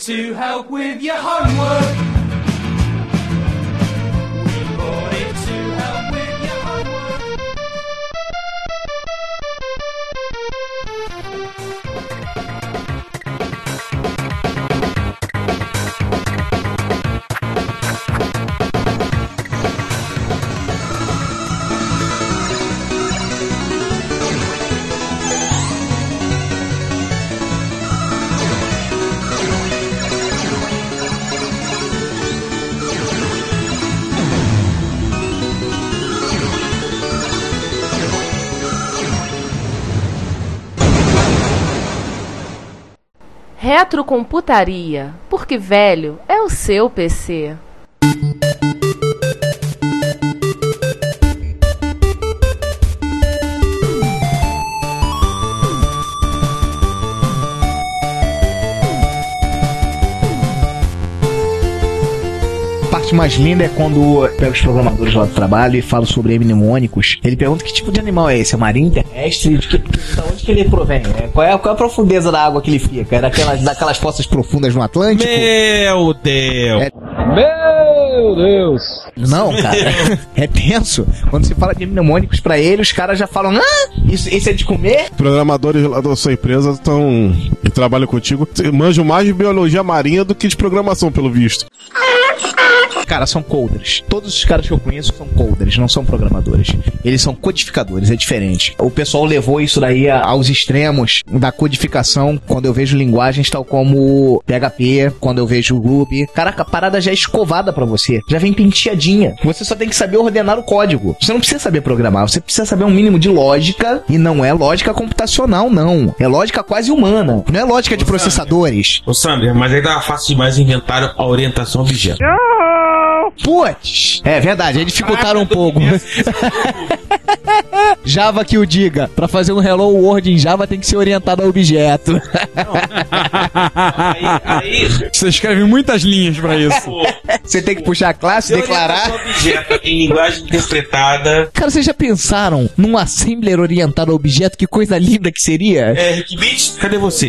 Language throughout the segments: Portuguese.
to help with your homework. We bought it to help with your homework. Retrocomputaria, porque velho é o seu PC. A parte mais linda é quando eu pego os programadores lá do trabalho e falo sobre mnemônicos. Ele pergunta que tipo de animal é esse? É marinho, terrestre? Da onde que ele provém? Qual é a profundeza da água que ele fica? É daquelas fossas profundas no Atlântico? Meu Deus! Meu Deus! Não, cara. É tenso. Quando você fala de mnemônicos pra ele, os caras já falam: isso é de comer? Programadores lá da sua empresa que trabalham contigo manjam mais de biologia marinha do que de programação, pelo visto. Cara, são coders. Todos os caras que eu conheço são coders, não são programadores. Eles são codificadores, é diferente. O pessoal levou isso daí aos extremos da codificação, quando eu vejo linguagens tal como PHP, quando eu vejo Ruby. Caraca, a parada já é escovada pra você. Já vem penteadinha. Você só tem que saber ordenar o código. Você não precisa saber programar, você precisa saber um mínimo de lógica, e não é lógica computacional, não. É lógica quase humana. Não é lógica de processadores. Ô Sander, mas aí tava fácil demais inventar a orientação a objeto. Putz! É verdade, aí dificultaram um pouco. Java que o diga. Pra fazer um Hello World em Java tem que ser orientado a objeto. Aí você escreve muitas linhas pra isso. Você tem que puxar a classe, declarar. Objeto em linguagem interpretada. Cara, vocês já pensaram num assembler orientado a objeto? Que coisa linda que seria? Rickbit, cadê você?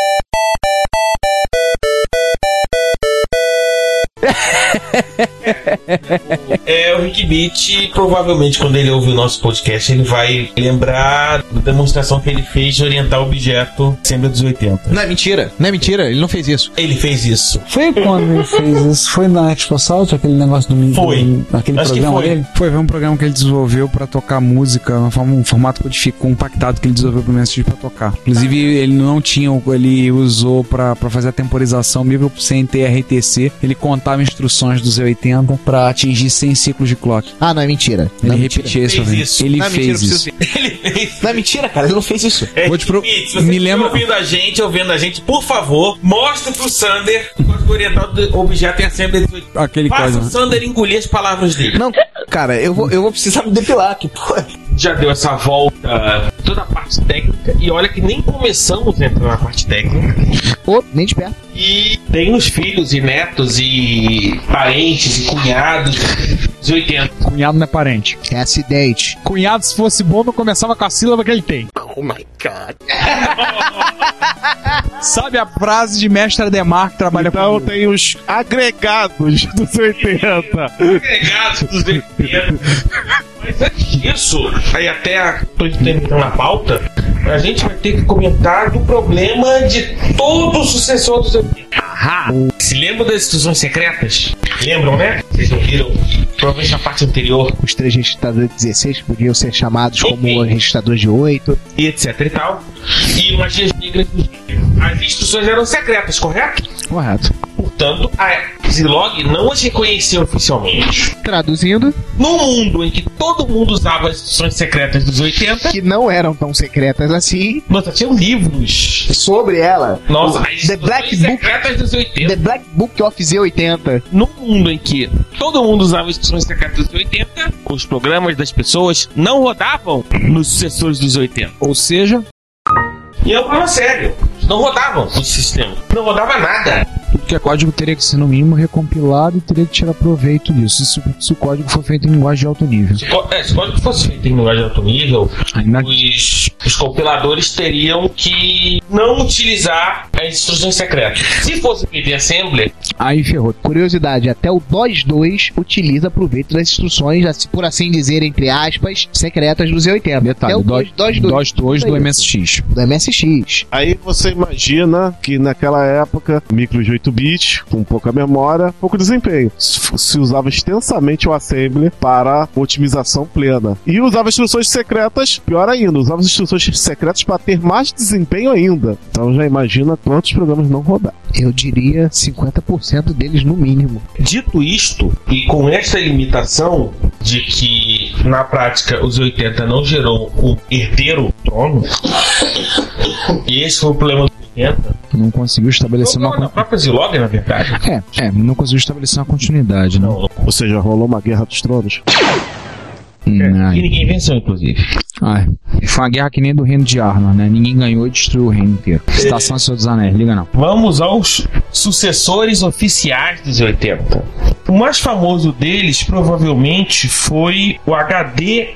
O Rickbit, provavelmente quando ele ouvir o nosso podcast, ele vai lembrar da demonstração que ele fez de orientar o objeto Assembly dos 80. Não é mentira, ele não fez isso. Ele fez isso. Foi quando ele fez isso? Foi na Expo Salt, aquele negócio do Foi. Aquele Acho programa que foi. dele? Foi um programa que ele desenvolveu pra tocar música, um formato compactado que ele desenvolveu pro MSX pra tocar. Inclusive, ele não tinha, ele usou pra fazer a temporização, mesmo sem ter RTC, ele contava instruções do Z80 pra atingir 100 ciclos de clock. Ah, não é mentira. Ele repetia isso também. Ele fez isso. Não é mentira, cara, ele não fez isso. Se você estiver ouvindo a gente, por favor, mostre pro Sander o código orientado do objeto em Assembly dos 80. Aquele Faça coisa. o Sander engolir as palavras dele. Não, cara, eu vou precisar me depilar, que porra. Já deu essa volta, toda a parte técnica, e olha que nem começamos a entrar na parte técnica. Nem de perto. E tem os filhos e netos e parentes e cunhados dos 80. Cunhado não é parente. É acidente. Cunhado, se fosse bom, não começava com a sílaba que ele tem. Oh my God. Sabe a frase de mestre Ademar que trabalha com... Então tem os agregados dos 80. Agregados dos 80. Mas antes disso, aí até tô terminando a pauta, a gente vai ter que comentar do problema de todo o sucessor dos 80. Se lembram das instruções secretas? Lembram, né? Vocês não viram? Provavelmente na parte anterior. Os 3 registradores de 16 podiam ser chamados como registradores de 8. E etc e tal. E magias negras dos vídeos. As instruções eram secretas, correto? Correto. Portanto, a Zilog não as reconheceu oficialmente. Traduzindo, No mundo em que todo mundo usava as instruções secretas dos 80, que não eram tão secretas assim, nossa, tinham livros. sobre ela. Nossa, as The instruções Black Book. secretas dos 80. The Black Book of Z80. No mundo em que todo mundo usava as instruções secretas dos 80, os programas das pessoas não rodavam nos sucessores dos 80. Ou seja, E é um problema sério. Não rodavam os sistemas. Não rodava nada. tudo que é código teria que ser no mínimo recompilado e teria que tirar proveito disso. Se o código for feito em linguagem de alto nível. Se o código fosse feito em linguagem de alto nível, Ainda... os compiladores teriam que não utilizar as instruções secretas. Se fosse PD Assembler, Aí ferrou. Curiosidade, até o DOS 2 utiliza proveito das instruções, por assim dizer, entre aspas, secretas do Z80. Detalhe, até o DOS 2 do MSX. do MSX. Aí você imagina que naquela época, micros de 8-bit, com pouca memória, pouco desempenho. Se usava extensamente o Assembly para otimização plena. E usava instruções secretas, pior ainda, usava as instruções secretas para ter mais desempenho ainda. Então já imagina quantos programas não rodaram. Eu diria 50% deles no mínimo. dito isto, e com essa limitação de que na prática o Z80 não gerou um herdeiro trono, e esse foi o problema do Z80. Não conseguiu estabelecer Na uma... própria Zilog, na verdade. Não conseguiu estabelecer uma continuidade, né? Não. Ou seja, rolou uma guerra dos tronos. E ninguém venceu, inclusive. Foi uma guerra que nem do reino de Arnor, né? Ninguém ganhou e destruiu o reino inteiro. Citação Senhor dos Anéis, liga não. Vamos aos sucessores oficiais dos 80. O mais famoso deles provavelmente foi o HD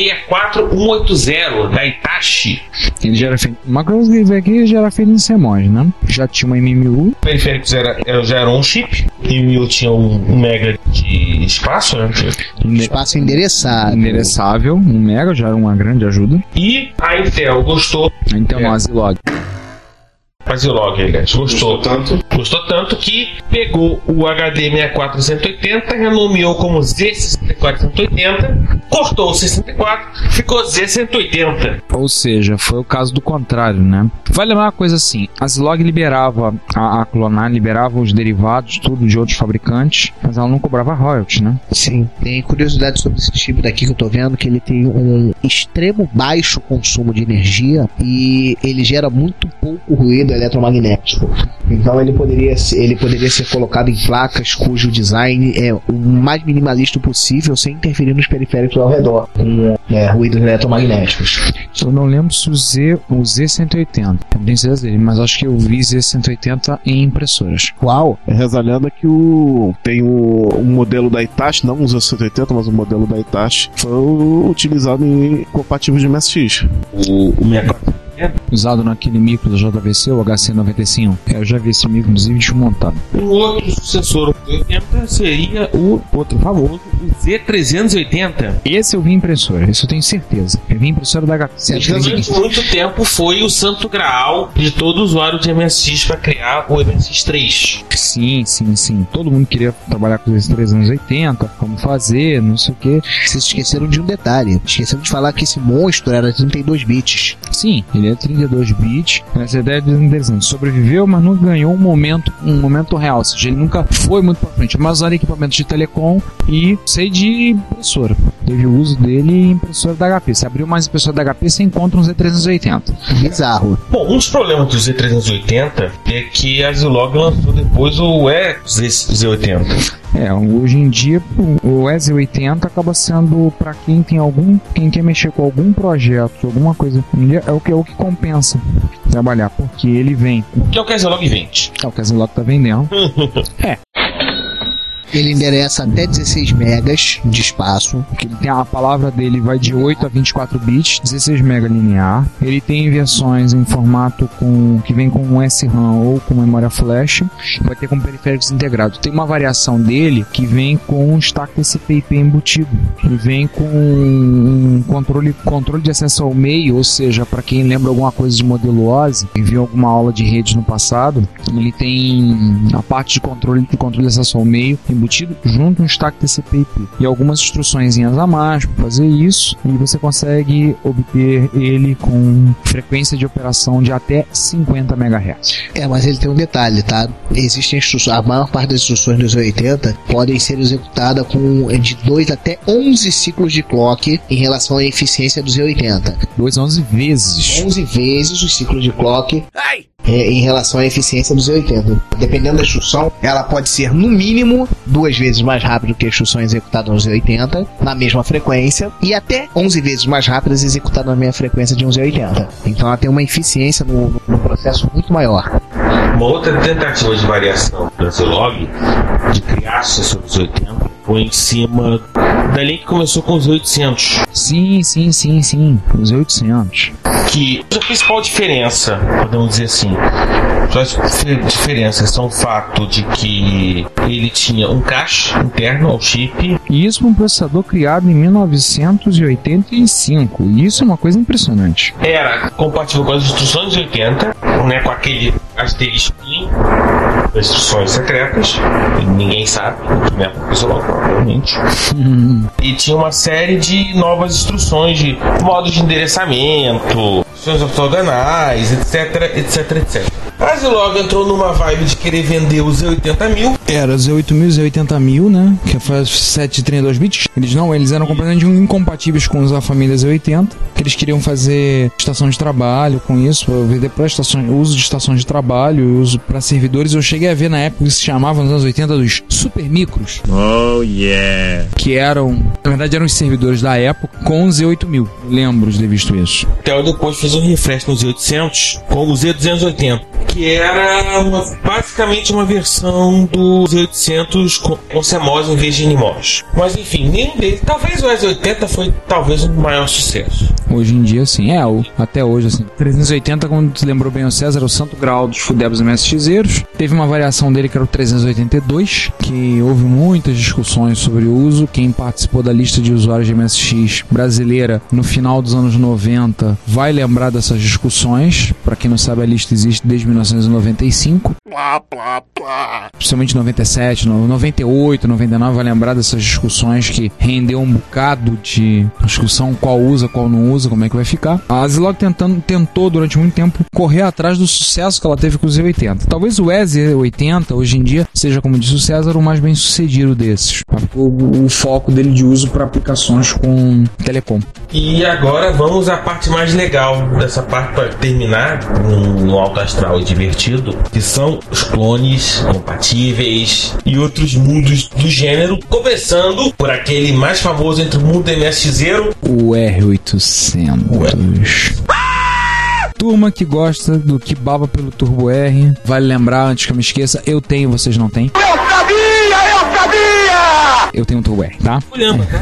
64180 da Hitachi. Ele já era feito... Uma coisa que veio aqui já era feito em CMOS, né? Já tinha uma MMU. Os periféricos já eram um chip. E o tinha 1 mega de espaço, né? Espaço endereçado. Endereçável, 1 mega, já era uma grande ajuda. E a Intel gostou. Então, a Zilog. A Zilog, aliás, gostou tanto que pegou o HD 64180, renomeou como Z64180, cortou o 64, ficou Z180. Ou seja, foi o caso do contrário, né? Vai lembrar uma coisa assim, a Zilog liberava a clonar, liberava os derivados, tudo de outros fabricantes, mas ela não cobrava royalties, né? Sim. Tem curiosidade sobre esse chip daqui que eu tô vendo, que ele tem um extremo baixo consumo de energia e ele gera muito pouco ruído eletromagnético. Então ele poderia ser colocado em placas cujo design é o mais minimalista possível, sem interferir nos periféricos ao redor, com ruídos eletromagnéticos. Eu não lembro se o Z180, eu não tenho certeza dele, mas acho que eu vi Z180 em impressoras. Uau! Reza a lenda que tem um modelo da Hitachi, não o Z180, mas o modelo da Hitachi, foi utilizado em compatíveis de MSX. O 64. Usado naquele micro do JVC, o HC95. Eu já vi esse micro, inclusive, desmontado. Um outro sucessor do 80 seria o outro famoso, o Z380. Esse eu vi em impressora, isso eu tenho certeza. Eu vi em impressora da HP. Durante muito tempo foi o santo graal de todo usuário de MSX para criar o MSX3. Sim. Todo mundo queria trabalhar com esses 380, como fazer, não sei o que. Vocês esqueceram de um detalhe. Esqueceram de falar que esse monstro era 32 bits. Sim, ele é 32 bits. Essa ideia é interessante. Sobreviveu, mas não ganhou um momento real. Ou seja, ele nunca foi muito pra frente. Mas usava equipamentos de telecom e sei de impressora. Teve o uso dele em impressora da HP. Se abriu mais impressora da HP, você encontra um Z380. Bizarro. Bom, um dos problemas do Z380 é que a Zilog lançou depois o Z80. Hoje em dia o EZ80 acaba sendo pra quem quer mexer com algum projeto, alguma coisa, é o que compensa trabalhar, porque ele vem. Que é o que a Zilog vende. É o que a Zilog tá vendendo. Ele endereça até 16 megas de espaço. Ele tem a palavra dele vai de 8 a 24 bits, 16 mega linear. Ele tem versões em formato que vem com um SRAM ou com memória flash. Vai ter com periféricos integrados. Tem uma variação dele que vem com um stack TCP/IP embutido. Ele vem com um controle de acesso ao meio, ou seja, para quem lembra alguma coisa de modelo OSI e viu alguma aula de rede no passado, ele tem a parte de controle de acesso ao meio embutido junto a um stack TCP/IP e algumas instruções a mais para fazer isso, e você consegue obter ele com frequência de operação de até 50 MHz. Mas ele tem um detalhe, tá? Existem instruções, a maior parte das instruções dos 80 podem ser executadas com de 2 até 11 ciclos de clock em relação à eficiência dos 80. 11 vezes. 11 vezes os ciclos de clock. Em relação à eficiência dos 80. Dependendo da instrução, ela pode ser no mínimo 2 vezes mais rápida que a instrução executada nos 80, na mesma frequência, e até 11 vezes mais rápida executada na mesma frequência de 1180. Então ela tem uma eficiência no processo muito maior. Uma outra tentativa de variação da Zilog de criar sucessores 80 foi em cima Dali que começou com os 800. Sim. Os 800. Que a principal diferença, podemos dizer assim, as diferenças são o fato de que ele tinha um cache interno ao chip. E isso é um processador criado em 1985. E isso é uma coisa impressionante. Era compatível com as instruções 80, né, com aquele asterisco das instruções secretas, que ninguém sabe, né, provavelmente. E tinha uma série de novas instruções de modos de endereçamento, instruções ortogonais, etc. A Zilog entrou numa vibe de querer vender os Z80.000. Era Z8000 e Z80.000, né? Que faz 732 bits. Eles eram completamente incompatíveis com os da família Z80. Que eles queriam fazer estação de trabalho com isso, vender para uso de estações de trabalho, uso para servidores. Eu cheguei a ver na época que se chamava nos anos 80 dos super micros. Oh yeah. Que eram, na verdade, eram os servidores da época com o Z8000. Lembro de ter visto isso. Até depois fez um refresh no Z800 com o Z280. Que era basicamente uma versão do Z800 com CMOS em vez de NMOS. Mas enfim, nenhum deles. Talvez o S80 foi talvez o maior sucesso. Hoje em dia, sim. Até hoje, assim. 380, como tu lembrou bem o César, era o santo grau dos Fudebs MSXeros. Teve uma variação dele que era o 382, que houve muitas discussões sobre o uso. Quem participou da lista de usuários de MSX brasileira no final dos anos 90 vai lembrar dessas discussões. Para quem não sabe, a lista existe desde 1995. Principalmente 97, 98, 99, vai lembrar dessas discussões que rendeu um bocado de discussão, qual usa, qual não usa, como é que vai ficar. A Zilog tentou durante muito tempo correr atrás do sucesso que ela teve com o Z80. Talvez o EZ80 hoje em dia seja, como disse o César, o mais bem sucedido desses. O foco dele de uso para aplicações com telecom. E agora vamos à parte mais legal dessa parte para terminar no alto astral e divertido, que são os clones compatíveis e outros mundos do gênero, começando por aquele mais famoso entre o mundo MSXero, o R800. Turma que gosta do que baba pelo Turbo R, vale lembrar, antes que eu me esqueça, eu tenho, vocês não têm. Eu sabia! Eu tenho um Turbo R, tá? Culhamba, tá?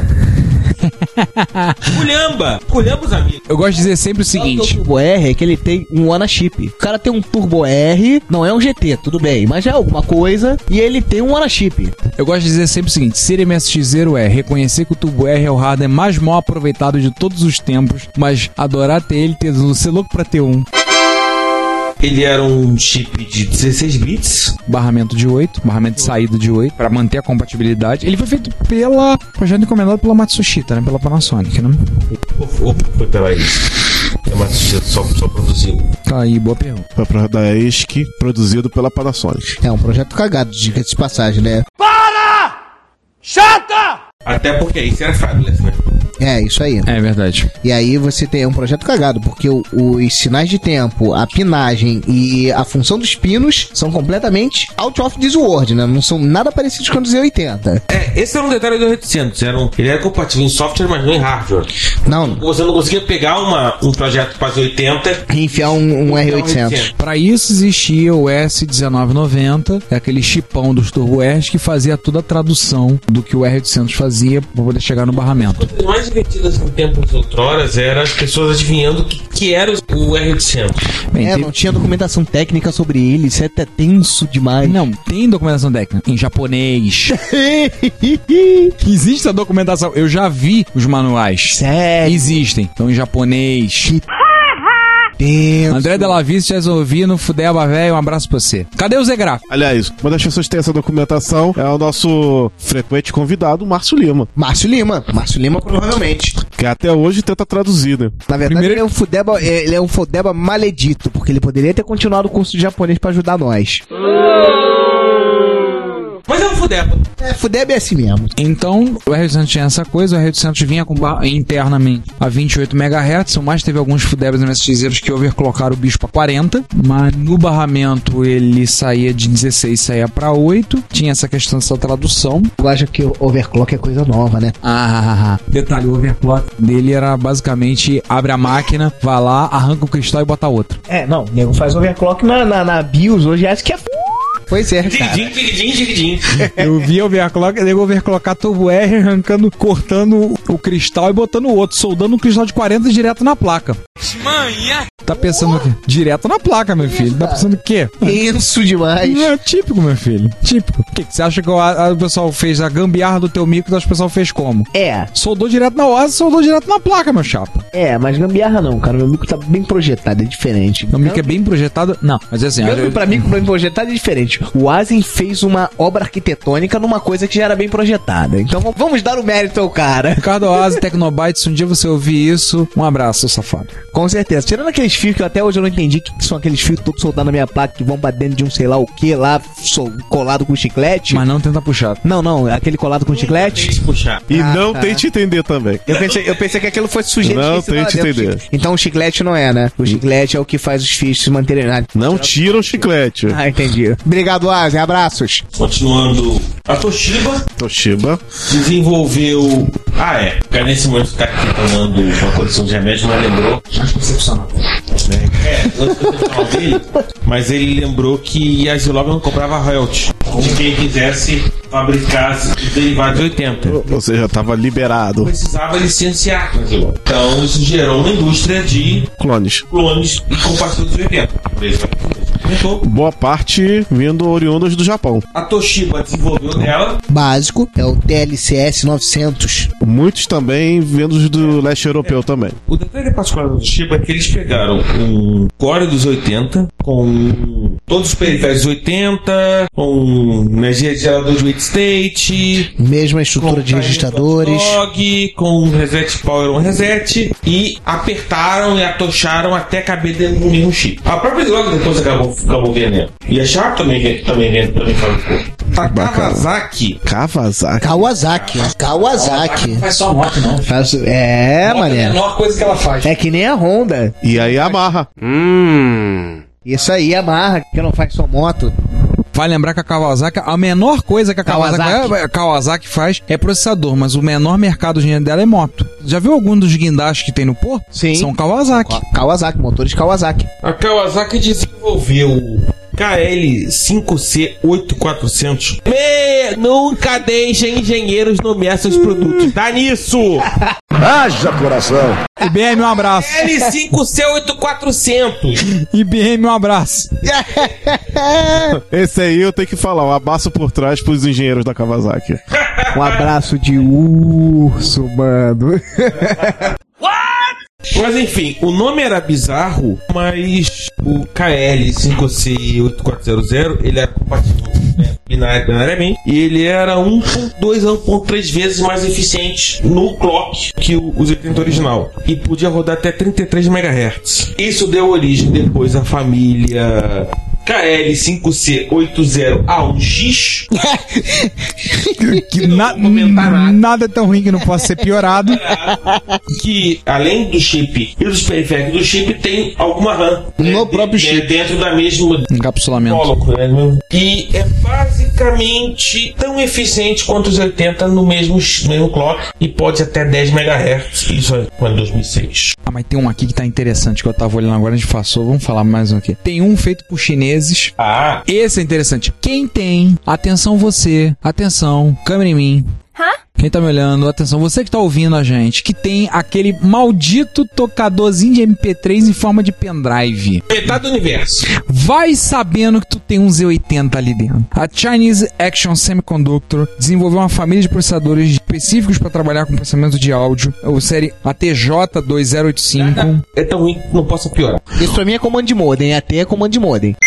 Culhamba os amigos. Eu gosto de dizer sempre o seguinte: o Turbo R é que ele tem um One Chip. O cara tem um Turbo R, não é um GT, tudo bem, mas é alguma coisa, e ele tem um One Chip. Eu gosto de dizer sempre o seguinte: ser MSXero é reconhecer que o Turbo R é o hardware mais mal aproveitado de todos os tempos, mas adorar ter ele, ser louco pra ter um. Ele era um chip de 16 bits. Barramento de 8, barramento de saída de 8, para manter a compatibilidade. Ele foi feito projeto encomendado pela Matsushita, né? Pela Panasonic, né? Ou foi pela ISC? A Matsushita só produziu. Tá aí, boa pergunta. Foi projeto da ISC, produzido pela Panasonic. É um projeto cagado, diga-se de passagem, né? Para! Chata! Até porque isso era Fabulous, né? É, isso aí. É verdade. E aí você tem um projeto cagado, porque os sinais de tempo, a pinagem e a função dos pinos são completamente out of this world, né? Não são nada parecidos com o Z80. Esse era um detalhe do 800. Ele era compatível em software, mas não em hardware. Não. Você não conseguia pegar um projeto para Z80 e enfiar um R800. Para isso existia o S1990, aquele chipão dos Turbo Rs que fazia toda a tradução do que o R800 fazia para poder chegar no barramento. As mais divertidas em tempos outroras eram as pessoas adivinhando o que era o R800. Bem, não tinha documentação técnica sobre ele, isso é até tenso demais. Não, tem documentação técnica em japonês. Existe a documentação, eu já vi os manuais. Sério? Existem, estão em japonês. Tenso. André Della Vista, no Fudeba, velho, um abraço pra você. Cadê o Zé Grafo? Aliás, uma das pessoas que tem essa documentação é o nosso frequente convidado, Márcio Lima, provavelmente. que até hoje tenta traduzir, né? Na verdade, ele é um Fudeba maledito, porque ele poderia ter continuado o curso de japonês pra ajudar nós. Mas é um Fudeba. Fudeba é assim mesmo. Então, o R800 tinha essa coisa, o R800 vinha com internamente a 28 MHz, mas teve alguns Fudebas MSXeros que overclockaram o bicho pra 40, mas no barramento ele saía de 16, saía pra 8, tinha essa questão dessa tradução. Eu acho que o overclock é coisa nova, né? Detalhe, o overclock dele era basicamente, abre a máquina, vai lá, arranca o cristal e bota outro. Não, o nego faz overclock na BIOS hoje, acho que é Pois é, cara. Dividim. Eu vi overclockar Turbo R arrancando, cortando o cristal e botando o outro, soldando um cristal de 40 direto na placa. Manha! Tá pensando o quê? Direto na placa, meu filho. Tá pensando o quê? Tenso demais. É típico, meu filho. Típico. O que você acha que o pessoal fez a gambiarra do teu micro, o pessoal fez como? Soldou direto na OAS, soldou direto na placa, meu chapa. Mas gambiarra não, cara. Meu micro tá bem projetado, é diferente. O micro é bem projetado? Não, mas assim... Pra micro bem projetado é diferente. O Asen fez uma obra arquitetônica numa coisa que já era bem projetada. Então vamos dar o mérito ao cara. Ricardo Oasis, Tecnobytes, se um dia você ouvir isso, um abraço, seu safado. Com certeza. Tirando aqueles fios que até hoje eu não entendi que são aqueles fios todos soldados na minha placa que vão pra dentro de um sei lá o que lá, colado com chiclete. Mas não tenta puxar. Não, aquele colado com chiclete. Puxar. E não tente entender também. Eu pensei que aquilo fosse sujeito. Não tente entender. Então o chiclete não é, né? O chiclete é o que faz os fios se manterem. Não tira o chiclete. Entendi. Obrigado, Asen. Abraços. Continuando, a Toshiba desenvolveu... Porque nesse momento o cara que tá tomando uma coleção de remédios não lembrou. Anticoncepcional. Dele, mas ele lembrou que a Zilog não comprava royalties de quem quisesse fabricar os derivados de 80. Ou seja, tava liberado. Precisava licenciar a Zilog. Então isso gerou uma indústria de clones e compartilhadores de 80. Boa parte vindo oriundas do Japão. A Toshiba desenvolveu dela. Básico é o TLCS 900. Muitos também vindos do leste europeu também. O detalhe particular da Toshiba é que eles pegaram um Core dos 80 com todos os periféricos dos 80, com energia de gerador de weight state, mesma estrutura de registradores, com reset power on reset, e apertaram e atocharam até caber dentro do mesmo chip. A própria Zilog depois acabou vendendo. E a Sharp também fabricou. A Kawasaki. Não faz só moto, não. Mané. É a menor coisa que ela faz. É que nem a Honda. E aí Yamaha. Isso aí, Yamaha, que não faz só moto. Vai lembrar que a Kawasaki, a menor coisa que a Kawasaki faz é processador, mas o menor mercado dela é moto. Já viu algum dos guindastes que tem no Porto? Sim. São Kawasaki. Kawasaki, motores Kawasaki. A Kawasaki desenvolveu o KL5C8400. Nunca deixa engenheiros nomear seus produtos. Dá nisso! Haja coração! IBM, um abraço. KL5C8400. IBM, um abraço. Esse aí eu tenho que falar, um abraço por trás pros engenheiros da Kawasaki. Um abraço de urso, mano. Mas enfim, o nome era bizarro, mas o KL5C8400 ele era compatível binariamente e ele era 1.2 a 1.3 vezes mais eficiente no clock que o Z80 original e podia rodar até 33 MHz. Isso deu origem depois à família KL5C80A1X. Que nada é tão ruim que não possa ser piorado. Que além do chip e dos periféricos do chip tem alguma RAM no próprio chip dentro da mesma encapsulamento. E é basicamente tão eficiente quanto os 80 no mesmo clock e pode até 10 MHz. Isso foi em 2006. Mas tem um aqui que tá interessante que eu tava olhando agora, a gente passou, vamos falar mais um aqui. Tem um feito por chineses. Esse é interessante. Quem tem, atenção você, atenção, câmera em mim. Quem tá me olhando, atenção, você que tá ouvindo a gente, que tem aquele maldito tocadorzinho de MP3 em forma de pendrive. Metade do universo. Vai sabendo que tu tem um Z80 ali dentro. A Chinese Action Semiconductor desenvolveu uma família de processadores específicos para trabalhar com processamento de áudio, a série ATJ2085. É tão ruim que não possa piorar. Isso pra mim é comando de modem, AT é comando de modem.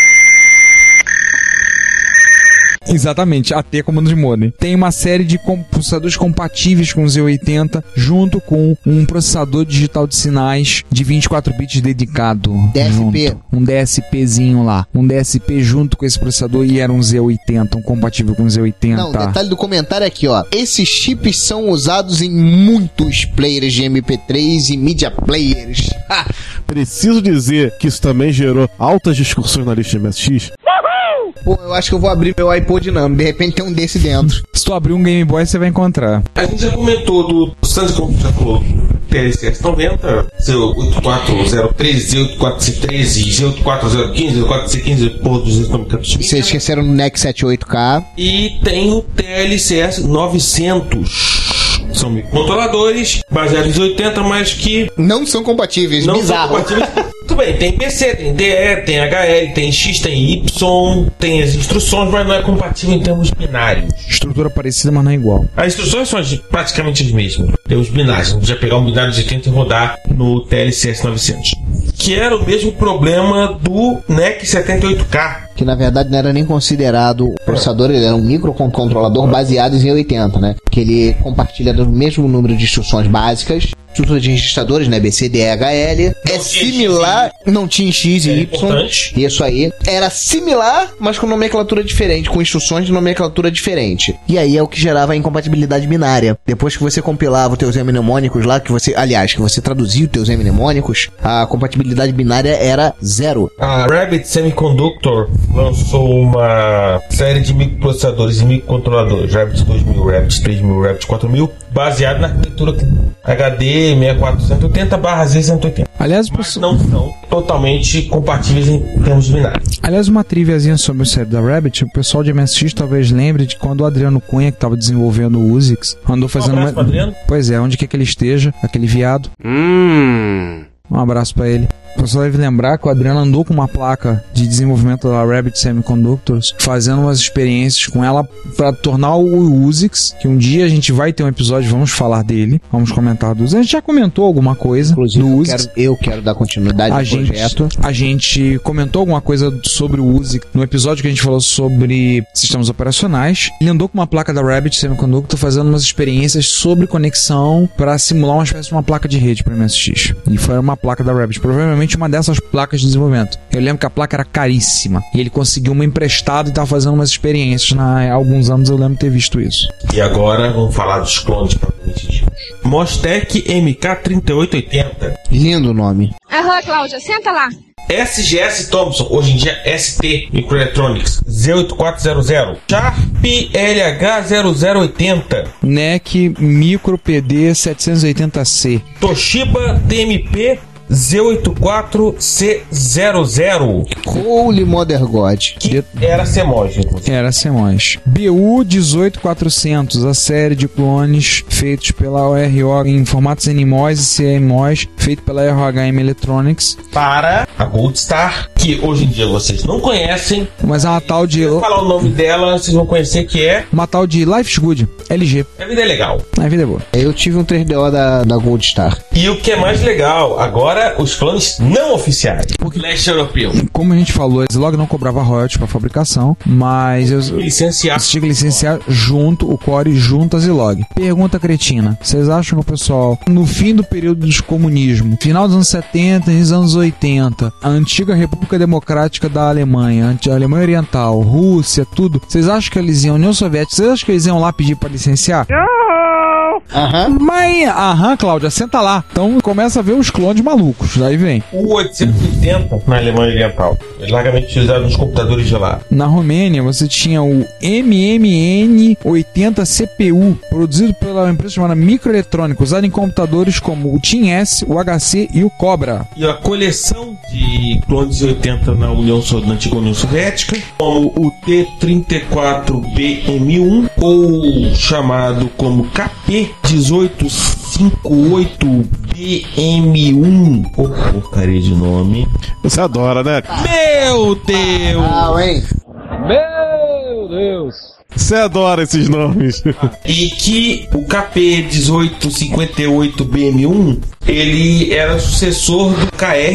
Exatamente, AT comando de modem. Tem uma série de processadores compatíveis com o Z80, junto com um processador digital de sinais de 24 bits dedicado. DSP. Junto. Um DSPzinho lá. Um DSP junto com esse processador e era um Z80, um compatível com o Z80. Não, o detalhe do comentário é aqui, ó. Esses chips são usados em muitos players de MP3 e media players. Preciso dizer que isso também gerou altas discussões na lista MSX. Pô, eu acho que eu vou abrir meu iPod Nano. De repente tem um desse dentro. Se tu abrir um Game Boy, você vai encontrar. A gente já comentou do Sandy, como já falou, TLCS 90, Z8403, Z8413, Z8415, Z8415, porra dos nomenclaturas. Vocês esqueceram no NEC 78K. E tem o TLCS 900. São microcontroladores baseados em 80, mas que Não são compatíveis, não bizarro. são compatíveis. Tudo bem, tem PC, tem DE, tem HL, tem X, tem Y, tem as instruções, mas não é compatível em termos binários. Estrutura parecida, mas não é igual. As instruções são praticamente as mesmas. Tem os binários, não podia pegar um binário de 80 e rodar no TLCS 900. Que era o mesmo problema do NEC 78K. Que na verdade não era nem considerado processador, ele era um microcontrolador baseado em 80, né? Que ele compartilha do mesmo número de instruções básicas, estrutura de registradores, né? BC, DE, HL. É similar, não tinha X e Y. Importante. Isso aí. Era similar, mas com nomenclatura diferente, com instruções de nomenclatura diferente. E aí é o que gerava a incompatibilidade binária. Depois que você compilava os teus mnemônicos lá, que você traduzia os teus mnemônicos, a compatibilidade binária era 0. A Rabbit Semiconductor lançou uma série de microprocessadores e microcontroladores, Rabbit 2000, Rabbit 3000, Rabbit 4000, baseado na arquitetura HD 6480/Z180. Aliás, Mas não são totalmente compatíveis em termos binários. Aliás, uma triviazinha sobre o cérebro da Rabbit, o pessoal de MSX talvez lembre de quando o Adriano Cunha, que estava desenvolvendo o USIX, andou fazendo abraço pro Adriano. Pois é, onde quer que ele esteja, aquele viado. Um abraço pra ele. O pessoal deve lembrar que o Adriano andou com uma placa de desenvolvimento da Rabbit Semiconductors, fazendo umas experiências com ela para tornar o USIX, que um dia a gente vai ter um episódio, vamos falar dele, vamos comentar do USIX. A gente já comentou alguma coisa Inclusive, do USIX. eu quero dar continuidade ao projeto. A gente comentou alguma coisa sobre o USIX no episódio que a gente falou sobre sistemas operacionais. Ele andou com uma placa da Rabbit Semiconductor fazendo umas experiências sobre conexão para simular uma espécie de uma placa de rede para MSX. E foi uma placa da Rabbit, provavelmente uma dessas placas de desenvolvimento. Eu lembro que a placa era caríssima e ele conseguiu uma emprestada e estava fazendo umas experiências. Há alguns anos eu lembro de ter visto isso. E agora vamos falar dos clones propriamente ditos. Mostec MK3880. Lindo o nome. Aham, Cláudia, senta lá. SGS Thompson, hoje em dia ST Microelectronics, Z8400. Sharp LH0080. NEC Micro PD 780C. Toshiba TMP Z84C00, Holy Mother God. que era CMOS, inclusive. Era CMOS. BU 18400, a série de clones feitos pela ORO em formatos NMOS e CMOS, feito pela ROHM Electronics. Para a Gold Star, que hoje em dia vocês não conhecem. Mas é uma tal de... Se eu falar o nome dela, vocês vão conhecer, que é... Uma tal de Life's Good, LG. A vida é legal. A vida é boa. Eu tive um 3DO da Gold Star. E o que é mais legal, agora os clones não oficiais. Leste europeu. Como a gente falou, a Zilog não cobrava royalties para fabricação, mas Licenciar. você tinha que licenciar junto o core, junto a Zilog. Pergunta cretina. Vocês acham que o pessoal, no fim do período do comunismo, final dos anos 70 e dos anos 80, a antiga República Democrática da Alemanha, a Alemanha Oriental, Rússia, tudo, vocês acham que eles iam, União Soviética, vocês acham que eles iam lá pedir para licenciar? Mas, Cláudia, senta lá. Então começa a ver os clones malucos. Aí vem. O 880 na Alemanha Oriental. É largamente utilizado nos computadores de lá. Na Romênia, você tinha o MMN80 CPU, produzido pela empresa chamada Microelectrônica, usado em computadores como o TIM S, o HC e o Cobra. E a coleção de clones 80 na antiga União Soviética, como o T34BM1, ou chamado como KP1858BM1. Porcaria de nome. Você adora, né? Meu Deus! hein? Você adora esses nomes. E que o KP1858BM1 ele era o sucessor do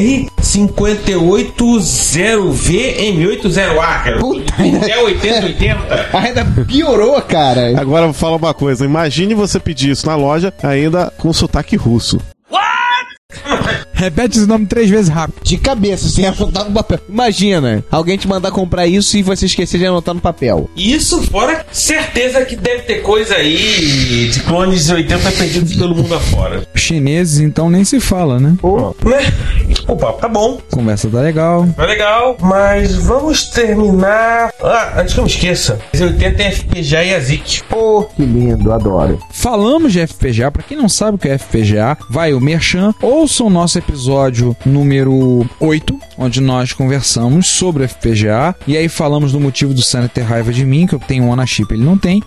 KR580VM80A. Puta, É 8080. ainda piorou, cara. Agora fala uma coisa. Imagine você pedir isso na loja ainda com sotaque russo. Repete esse nome 3 vezes rápido. De cabeça, sem anotar no papel. Imagina, alguém te mandar comprar isso e você esquecer de anotar no papel. Isso fora, certeza que deve ter coisa aí de clones 80 perdidos pelo mundo afora. Chineses, então, nem se fala, né? Né? O papo tá bom, Conversa tá legal. tá legal, mas vamos terminar... antes que eu me esqueça, 80 tem FPGA e ASIC. Pô, que lindo, adoro. Falamos de FPGA, pra quem não sabe o que é FPGA, vai o Merchan, ouça o nosso episódio número 8, onde nós conversamos sobre FPGA, e aí falamos do motivo do Sandy ter raiva de mim, que eu tenho um Onachip, ele não tem.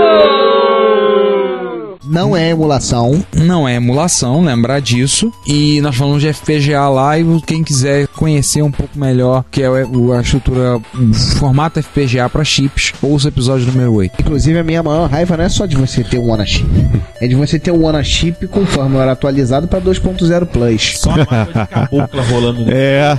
Não é emulação. Não é emulação, lembrar disso. E nós falamos de FPGA lá, e quem quiser conhecer um pouco melhor, que é a estrutura, o formato FPGA para chips, ouça o episódio número 8. Inclusive, a minha maior raiva não é só de você ter um Onachip. É de você ter um Onachip com firmware atualizado para 2.0 Plus. Só uma coisa de cabocla rolando. É.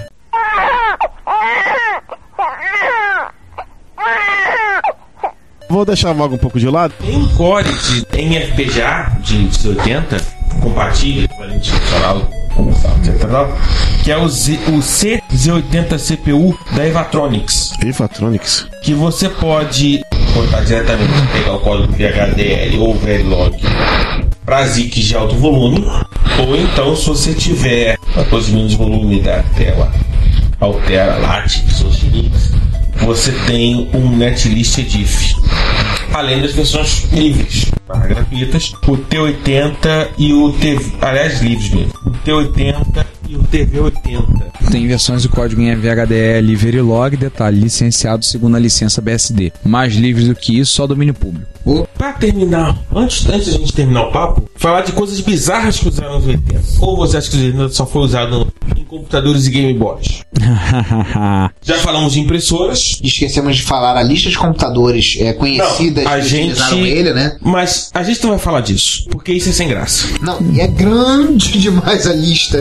Vou deixar a Voga um pouco de lado. Tem um core em FPGA de 80 compatível, equivalente funcional, etc., que é o C80 CPU da Evatronics. Evatronics. Que você pode botar diretamente, pegar o código VHDL ou Verilog para ASICs de alto volume, ou então, se você tiver 14 minutos de volume da tela, Altera, Lattice ou Xenix, você tem um Netlist Diff, além das versões livres, gratuitas, o T80 e o TV, aliás, livres mesmo, o T80 e o TV80. Tem versões do código em VHDL e Verilog, detalhe, licenciado segundo a licença BSD. Mais livres do que isso, só domínio público. Pra terminar, antes da gente terminar o papo, falar de coisas bizarras que usaram nos 80. Ou você acha que os 80 só foi usado em computadores e Game Boys? Já falamos de impressoras. Esquecemos de falar a lista de computadores conhecidas Não, a que gente... utilizaram ele, né? Mas a gente não vai falar disso, porque isso é sem graça. Não, e é grande demais a lista.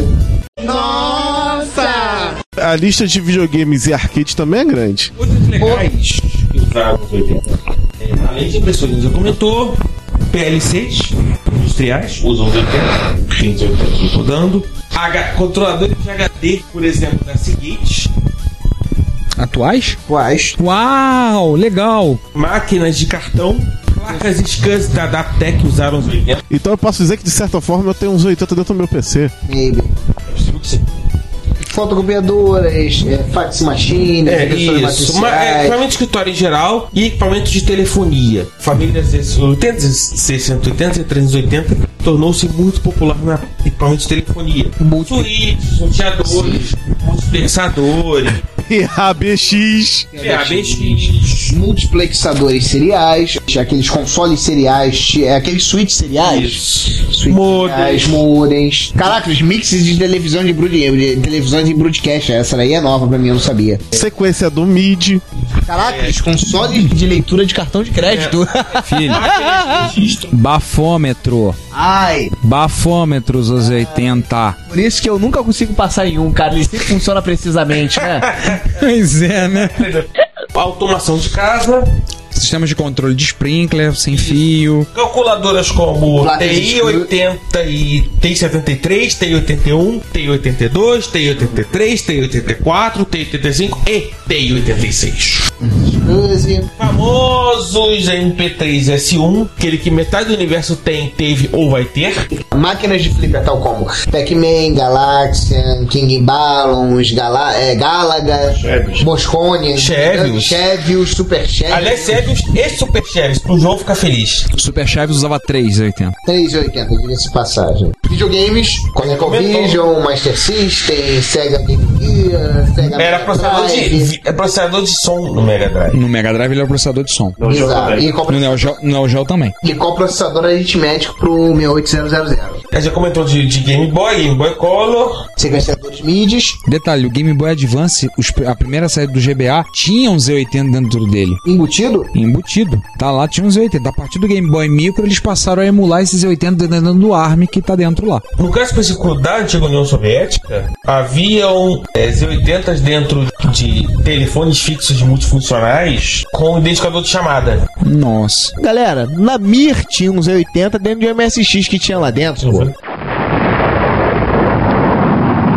A lista de videogames e arcade também é grande. Coisas legais que usaram nos 80. Além de impressoras, já comentou. PLCs industriais usam os 80. Tem os 80 rodando. Controladores de HD, por exemplo, da Seagate. Atuais? Quais? Uau, legal. Máquinas de cartão. Placas SCAN da Adaptec usaram os 80. Então eu posso dizer que de certa forma eu tenho uns 80 dentro do meu PC. Maybe. Fotocopiadoras, fax machines, impressoras matriciais. Equipamento de escritório em geral e equipamento de telefonia. Famílias 80, 680 e 380 tornou-se muito popular no equipamento de telefonia. Switches, roteadores, multiplexadores. PABX. PABX. Multiplexadores seriais, aqueles consoles seriais, aqueles switches seriais. Isso. Switches, modems. Caraca, os mixes de televisão de televisões em broadcast. Essa daí é nova pra mim, eu não sabia. Sequência do MIDI. Caraca, os consoles de leitura de cartão de crédito. Filho, bafômetro. Ai, Bafômetros aos 80. por isso que eu nunca consigo passar em um, cara. Ele sempre funciona precisamente, né? Pois é, né? Automação de casa. Sistemas de controle de sprinkler, sem fio. Calculadoras como Placas TI-80 e TI-73, TI-81, TI-82, TI-83, TI-84, TI-85 e TI-86. Famosos MP3 S1, aquele que metade do universo tem, teve ou vai ter. Máquinas de flipper tal como Pac-Man, Galaxian, King Ballons, Galaga, Moscone, Chevios, Super Chevios. Aliás, Chevios e Super Chevios, pro João ficar feliz. Super Chaves usava 3,80. 3,80, diga-se de passagem. Videogames, ColecoVision, Master System, Sega Game Gear, Sega Era Mega processador Drive. processador de som no Mega Drive. No Mega Drive ele era o processador de som. Exato. No Neo Geo também. E coprocessador aritmético pro 68000. A gente já comentou de Game Boy Color. Sequenciadores MIDIs, Detalhe, o Game Boy Advance, a primeira série do GBA, tinha um Z80 dentro dele. embutido. Embutido. Tá lá, tinha um Z80. A partir do Game Boy Micro, eles passaram a emular esses Z80 dentro do ARM que tá dentro lá. No caso específico da antiga União Soviética, haviam Z80s dentro de telefones fixos multifuncionais com identificador de chamada. Nossa. Galera, na Mir tinha uns Z80 dentro de MSX que tinha lá dentro, pô.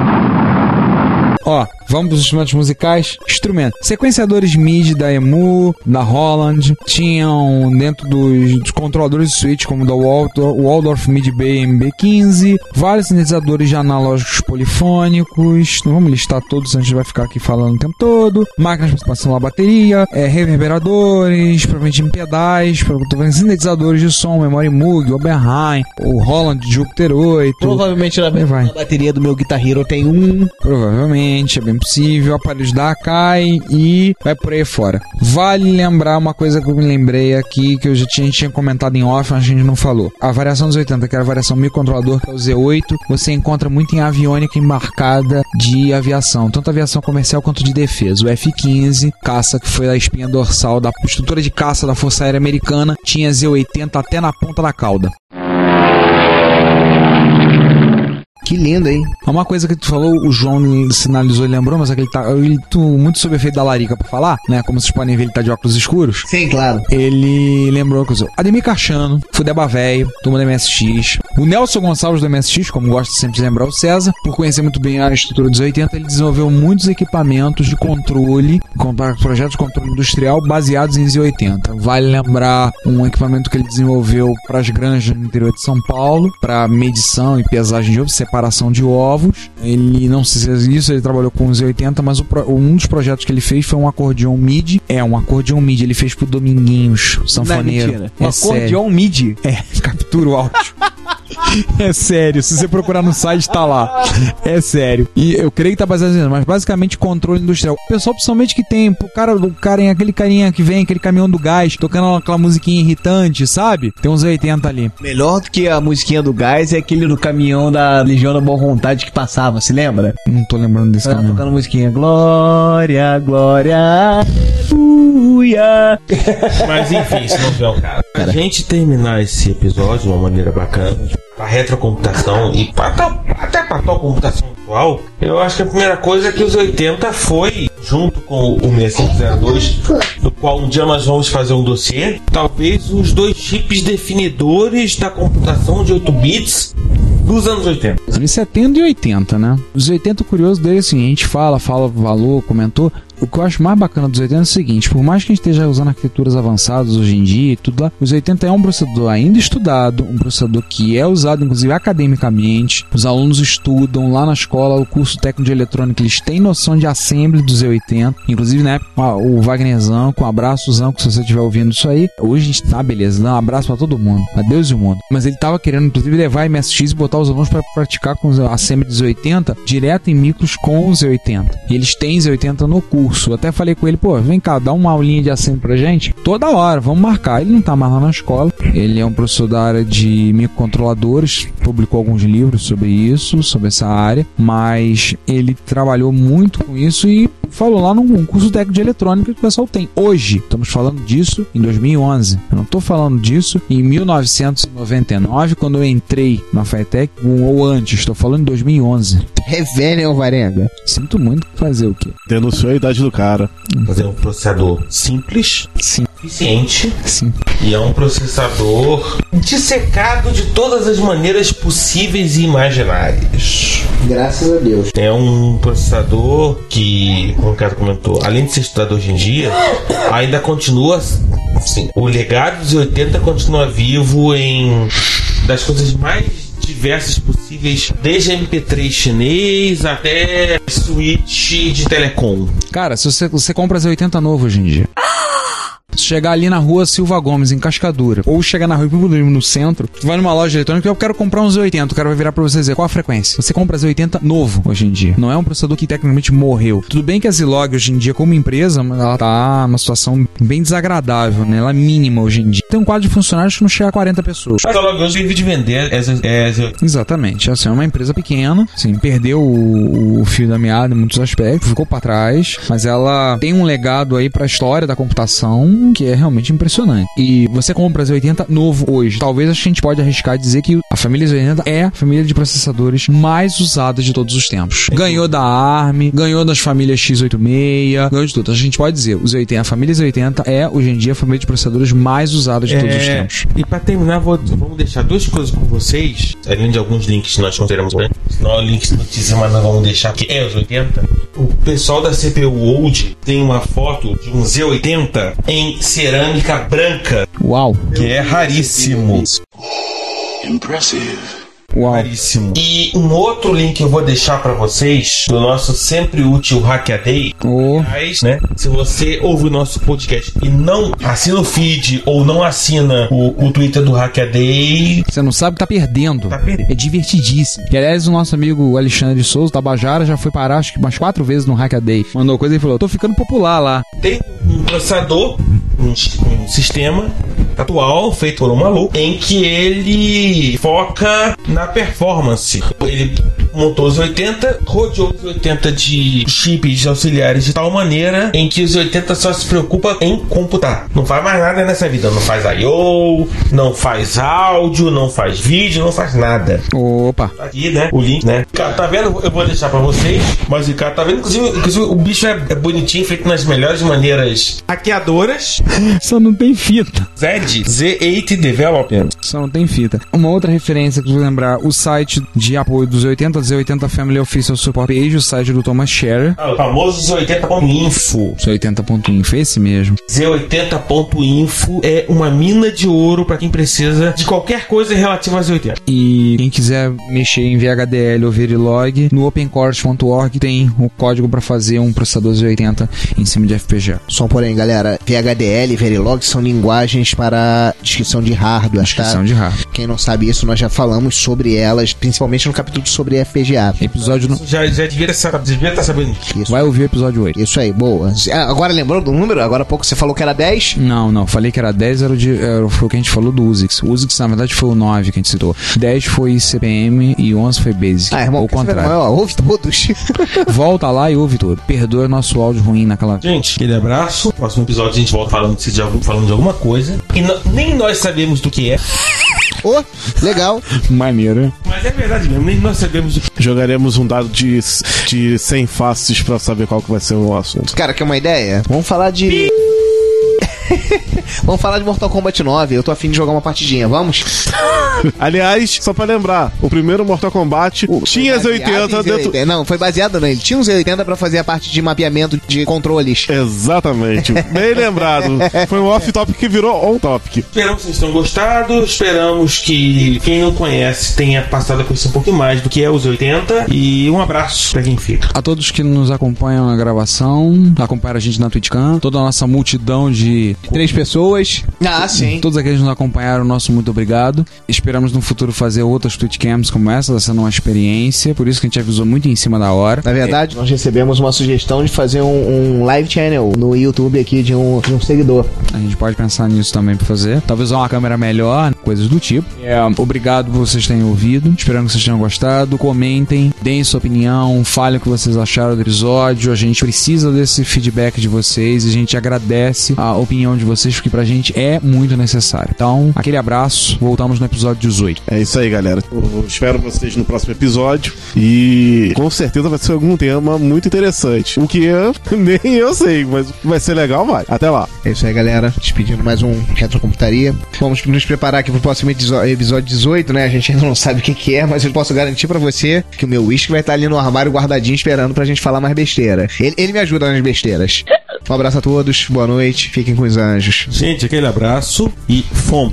Vamos pros instrumentos musicais. Instrumento. Sequenciadores MIDI da EMU, da Roland. Tinham dentro dos controladores de switch, como da Waldorf MIDI Bay MB15. Vários sintetizadores de analógicos polifônicos. Não vamos listar todos, a gente vai ficar aqui falando o tempo todo. Máquinas para expansão da bateria. Reverberadores, provavelmente pedais, sintetizadores de som, memória Moog, Oberheim, o Roland Jupiter 8. Provavelmente na bateria do meu Guitar Hero tem um. Provavelmente, é bem possível. Aparelhos da Akai e vai por aí fora. Vale lembrar uma coisa que eu me lembrei aqui, que a gente tinha comentado em off, mas a gente não falou. A variação dos 80, que era a variação microcontrolador, que é o Z8, você encontra muito em aviônica embarcada de aviação, tanto aviação comercial quanto de defesa. O F-15, caça que foi a espinha dorsal da estrutura de caça da Força Aérea Americana, tinha Z80 até na ponta da cauda. Que lindo, hein? Uma coisa que tu falou, o João sinalizou e lembrou, mas é que ele tá muito sob efeito da larica pra falar, né? Como vocês podem ver, ele tá de óculos escuros. Sim, claro. Ele lembrou que usou Ademir Cachano, Fudeba Velho, turma do MSX. O Nelson Gonçalves do MSX, como gosta sempre de lembrar o César, por conhecer muito bem a estrutura dos 80, ele desenvolveu muitos equipamentos de controle, projetos de controle industrial baseados em Z80. Vale lembrar um equipamento que ele desenvolveu para as granjas no interior de São Paulo, para medição e pesagem de ovos, separação de ovos. Ele, não sei se é isso, ele trabalhou com os Z80, mas um dos projetos que ele fez foi um acordeon MIDI. Um acordeon MIDI, ele fez pro Dominguinhos, sanfoneiro. Um acordeon MIDI? Captura o áudio. É sério, se você procurar no site tá lá. É sério. E eu creio que tá baseado nisso, mas basicamente controle industrial. O pessoal principalmente que tem, aquele carinha que vem, aquele caminhão do gás, tocando aquela musiquinha irritante, sabe? Tem uns 80 ali. Melhor do que a musiquinha do gás é aquele do caminhão da Legião da Boa Vontade que passava, se lembra? Não tô lembrando desse caminhão. Tocando musiquinha Glória, Glória, Aleluia. Mas enfim, isso não é o caso. A gente terminar esse episódio de uma maneira bacana, a retrocomputação e até para a computação atual, eu acho que a primeira coisa é que os 80 foi, junto com o 6502, do qual um dia nós vamos fazer um dossiê, talvez os dois chips definidores da computação de 8 bits dos anos 80. Anos 70 e 80, né? Os 80, o curioso dele, assim, a gente fala valor, comentou. O que eu acho mais bacana dos 80 é o seguinte: por mais que a gente esteja usando arquiteturas avançadas hoje em dia e tudo lá, os 80 é um processador ainda estudado, um processador que é usado inclusive academicamente. Os alunos estudam lá na escola, o curso técnico de eletrônica, eles têm noção de assembly dos 80. Inclusive, na época, o Wagnerzão, com um abraço, Zanco, se você estiver ouvindo isso aí. Hoje a gente tá, beleza, dá um abraço pra todo mundo, a Deus e o mundo. Mas ele tava querendo, inclusive, levar a MSX e botar os alunos pra praticar com a assembly dos 80 direto em micros com os 80. E eles têm Z80 no curso. Eu até falei com ele, vem cá, dá uma aulinha de assembly pra gente. Toda hora, vamos marcar. Ele não tá mais lá na escola. Ele é um professor da área de microcontroladores, publicou alguns livros sobre isso, sobre essa área, mas ele trabalhou muito com isso e falou lá num curso técnico de eletrônica que o pessoal tem. Hoje, estamos falando disso em 2011. Eu não tô falando disso em 1999, quando eu entrei na FATEC, ou antes, estou falando em 2011. É velho, Varenga. Sinto muito fazer o quê? Denunciou a idade do cara. Fazer um processador simples, sim, eficiente, sim, e é um processador dissecado de todas as maneiras possíveis e imaginárias. Graças a Deus. É um processador que, como o cara comentou, além de ser estudado hoje em dia, ainda continua assim, o legado dos 80 continua vivo em das coisas mais diversas possíveis, desde MP3 chinês até switch de telecom. Cara, se você compra Z80 novo hoje em dia, se chegar ali na rua Silva Gomes, em Cascadura, ou chegar na rua Ipubulismo, no centro, tu vai numa loja eletrônica e eu quero comprar um Z80, o cara vai virar pra você dizer qual a frequência. Você compra Z80 novo hoje em dia. Não é um processador que tecnicamente morreu. Tudo bem que a Zilog hoje em dia, como empresa, ela tá numa situação bem desagradável, né? Ela é mínima hoje em dia. Tem um quadro de funcionários que não chega a 40 pessoas. Mas a Zilog hoje vive de vender Exatamente. Assim, é uma empresa pequena, assim, perdeu o fio da meada em muitos aspectos, ficou pra trás, mas ela tem um legado aí pra história da computação que é realmente impressionante. E você compra Z80 novo hoje. Talvez acho que a gente pode arriscar dizer que a família Z80 é a família de processadores mais usada de todos os tempos. Ganhou da ARM, ganhou das famílias x86, ganhou de tudo. A gente pode dizer, a família Z80 é, hoje em dia, a família de processadores mais usada de todos os tempos. E pra terminar, vamos deixar duas coisas com vocês, além de alguns links que nós consideramos, né? Não links de notícia, mas nós vamos deixar que é os 80. O pessoal da CPU Old tem uma foto de um Z80 em cerâmica branca. Uau! Que é raríssimo. Impressive. Uau! Raríssimo. E um outro link que eu vou deixar pra vocês do nosso sempre útil Hackaday. Mas, né, se você ouve o nosso podcast e não assina o feed ou não assina o Twitter do Hackaday, você não sabe que tá perdendo. É divertidíssimo. E aliás, o nosso amigo Alexandre Souza, Tabajara, já foi parar acho que umas 4 vezes no Hackaday. Mandou coisa e falou: tô ficando popular lá. Tem um processador, um sistema atual feito por um maluco, em que ele foca na performance. Ele montou os 80, rodeou os 80 de chips auxiliares de tal maneira em que os 80 só se preocupa em computar. Não faz mais nada nessa vida. Não faz I/O, não faz áudio, não faz vídeo, não faz nada. Opa! Aqui, né? O link, né? Cara, tá vendo? Eu vou deixar pra vocês. Mas o cara tá vendo? Inclusive o bicho é bonitinho, feito nas melhores maneiras hackeadoras. Só não tem fita. Z8 Development. Só não tem fita. Uma outra referência que eu vou lembrar, o site de apoio dos 80, Z80 Family Official Support Page, o site do Thomas Scherer. O famoso Z80.info. Z80.info, esse mesmo. Z80.info é uma mina de ouro pra quem precisa de qualquer coisa relativa a Z80. E quem quiser mexer em VHDL ou Verilog, no opencourse.org tem o código pra fazer um processador Z80 em cima de FPGA. Só um porém, galera, VHDL e Verilog são linguagens para descrição de hardware. Descrição de hardware. Quem não sabe isso, nós já falamos sobre elas, principalmente no capítulo sobre FPGA. Episódio Já devia estar sabendo. Isso. Vai ouvir o episódio 8. Isso aí, boa. Agora lembrou do número? Agora há pouco você falou que era 10? Não, falei que era 10, foi o que a gente falou do USIX. O USIX, na verdade, foi o 9 que a gente citou. 10 foi CPM e 11 foi BASIC. Irmão, ou contrário. Ouve todos. Volta lá e ouve tudo. Perdoa nosso áudio ruim naquela... Gente, aquele abraço. Próximo episódio a gente volta falando de alguma coisa. E nem nós sabemos do que é. Legal. Maneiro. Mas é verdade mesmo, nem nós sabemos do que é. Jogaremos um dado de 100 faces pra saber qual que vai ser o assunto. Cara, quer uma ideia? Vamos falar de... Vamos falar de Mortal Kombat 9. Eu tô afim de jogar uma partidinha, vamos? Aliás, só pra lembrar, o primeiro Mortal Kombat tinha Z80 dentro... Não, foi baseado nele. Tinha um Z80 pra fazer a parte de mapeamento de controles. Exatamente. Bem lembrado. Foi um off-topic que virou on-topic. Esperamos que vocês tenham gostado. Esperamos que quem não conhece tenha passado a conhecer um pouquinho mais do que é os 80. E um abraço pra quem fica. A todos que nos acompanham na gravação, acompanham a gente na TwitchCam, toda a nossa multidão de 3 pessoas. Sim. Todos aqueles que nos acompanharam, nosso muito obrigado. Esperamos no futuro fazer outras TwitchCams como essa, tá sendo uma experiência. Por isso que a gente avisou muito em cima da hora. Na verdade, nós recebemos uma sugestão de fazer um live channel no YouTube aqui de um seguidor. A gente pode pensar nisso também pra fazer. Talvez uma câmera melhor, coisas do tipo. Obrigado por vocês terem ouvido. Esperando que vocês tenham gostado. Comentem, deem sua opinião, falem o que vocês acharam do episódio. A gente precisa desse feedback de vocês e a gente agradece a opinião de vocês, porque pra gente é muito necessário. Então, aquele abraço. Voltamos no episódio 18. É isso aí, galera. Eu espero vocês no próximo episódio e com certeza vai ser algum tema muito interessante. O que nem eu sei, mas vai ser legal, vai. Até lá. É isso aí, galera. Despedindo mais um Retrocomputaria. Vamos nos preparar aqui pro próximo episódio 18, né? A gente ainda não sabe o que é, mas eu posso garantir pra você que o meu whisky vai estar ali no armário guardadinho esperando pra gente falar mais besteira. Ele me ajuda nas besteiras. Um abraço a todos, boa noite, fiquem com os anjos. Gente, aquele abraço e fomos.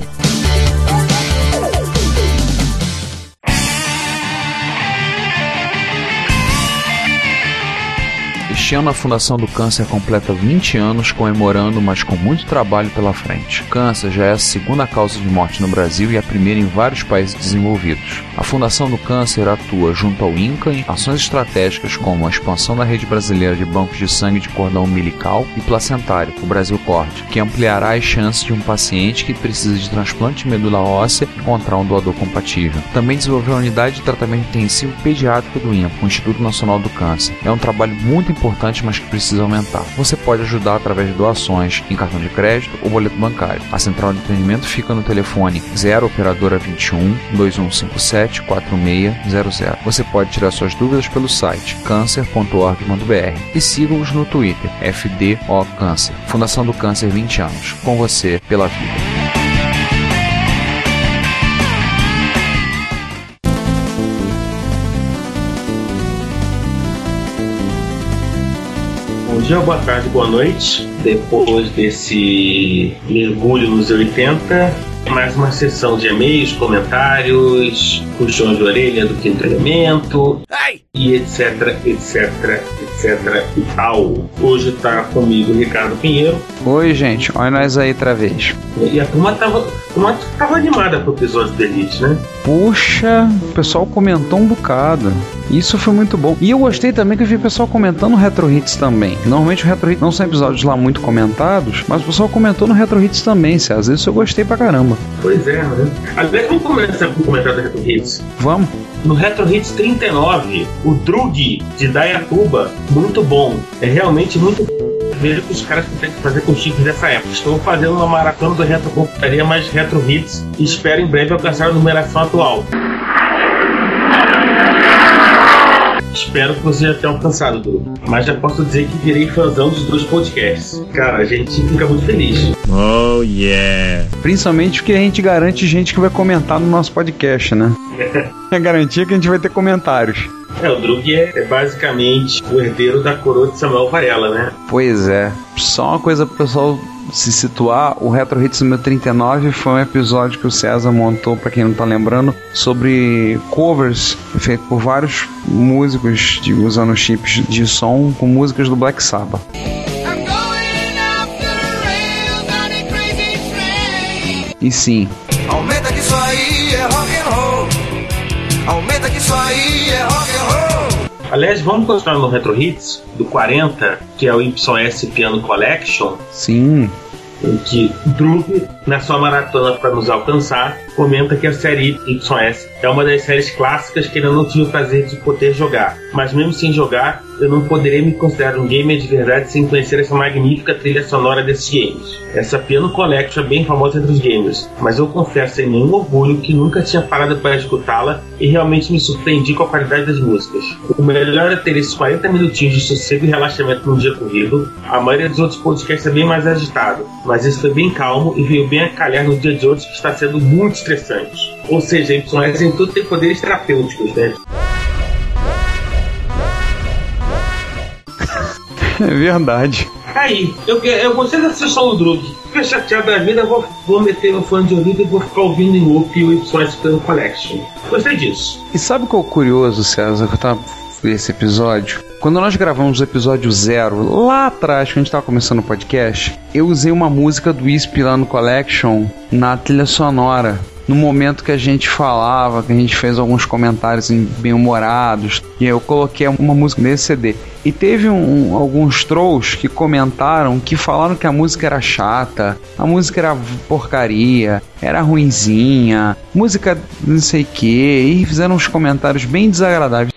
Este ano a Fundação do Câncer completa 20 anos comemorando, mas com muito trabalho pela frente. O câncer já é a segunda causa de morte no Brasil e a primeira em vários países desenvolvidos. A Fundação do Câncer atua junto ao INCA em ações estratégicas como a expansão da rede brasileira de bancos de sangue de cordão umbilical e placentário, o Brasil Cord, que ampliará as chances de um paciente que precisa de transplante de medula óssea encontrar um doador compatível. Também desenvolveu a unidade de tratamento intensivo pediátrico do INCA, o Instituto Nacional do Câncer. É um trabalho muito importante importante, mas que precisa aumentar. Você pode ajudar através de doações em cartão de crédito ou boleto bancário. A central de atendimento fica no telefone 0 operadora 21 2157 4600. Você pode tirar suas dúvidas pelo site cancer.org.br e siga-os no Twitter, FDO Câncer. Fundação do Câncer 20 anos. Com você pela vida. Bom dia, boa tarde, boa noite. Depois desse mergulho nos 80, mais uma sessão de e-mails, comentários, puxões de orelha do Quinto Elemento, e etc, etc, etc e tal. Hoje tá comigo o Ricardo Pinheiro. Oi, gente, olha nós aí outra vez. E a turma tava animada pro episódio do Elite, né? Puxa, o pessoal comentou um bocado. Isso foi muito bom. E eu gostei também que eu vi o pessoal comentando no Retro Hits também. Normalmente o Retro Hits não são episódios lá muito comentados, mas o pessoal comentou no Retro Hits também, César. Às vezes eu gostei pra caramba. Pois é, né? Aliás, vamos começar com o comentário do Retro Hits. Vamos. No Retro Hits 39, o Drug de Dayatuba, muito bom. É realmente muito vejo que os caras conseguem fazer com chips dessa época. Estou fazendo uma maratona do Retro Computaria mais Retro Hits e espero em breve alcançar a numeração atual. Espero que você já tenha alcançado, Bruno. Mas já posso dizer que virei fãzão dos dois podcasts. Cara, a gente fica muito feliz. Oh, yeah. Principalmente porque a gente garante gente que vai comentar no nosso podcast, né? É garantia que a gente vai ter comentários. O Drug é basicamente o herdeiro da coroa de Samuel Varela, né? Pois é. Só uma coisa pro pessoal se situar, o Retro Hits número 39 foi um episódio que o César montou, pra quem não tá lembrando, sobre covers feitos por vários músicos usando chips de som com músicas do Black Sabbath. E sim, Aumenta que isso aí é rock and roll. Aumenta que isso aí é rock and roll. Aliás, vamos continuar no Retro Hits do 40, que é o YS Piano Collection. sim. Em que Drug, na sua maratona para nos alcançar, comenta que a série YS é uma das séries clássicas que ainda não tive o prazer de poder jogar. Mas mesmo sem jogar, eu não poderia me considerar um gamer de verdade sem conhecer essa magnífica trilha sonora desses games. Essa Piano Collection é bem famosa entre os gamers, mas eu confesso sem nenhum orgulho que nunca tinha parado para escutá-la e realmente me surpreendi com a qualidade das músicas. O melhor é ter esses 40 minutinhos de sossego e relaxamento num dia corrido. A maioria dos outros podcasts é bem mais agitado, mas esse foi bem calmo e veio bem a calhar no dia de hoje, que está sendo muito estressante. Ou seja, a YS em tudo tem poderes terapêuticos, né? É verdade. Aí, eu gostei da sessão do Drug. Fiquei chateado da vida, vou meter meu fone de ouvido e vou ficar ouvindo em loop o YS Piano Collection. Gostei disso. E sabe o que é o curioso, César, que eu tava nesse episódio? Quando nós gravamos o episódio 0, lá atrás, quando a gente tava começando o podcast, eu usei uma música do YS Piano Collection na trilha sonora. No momento que a gente falava, que a gente fez alguns comentários bem-humorados, e eu coloquei uma música nesse CD. E teve alguns trolls que comentaram, que falaram que a música era chata, a música era porcaria, era ruinzinha, música não sei o que, e fizeram uns comentários bem desagradáveis.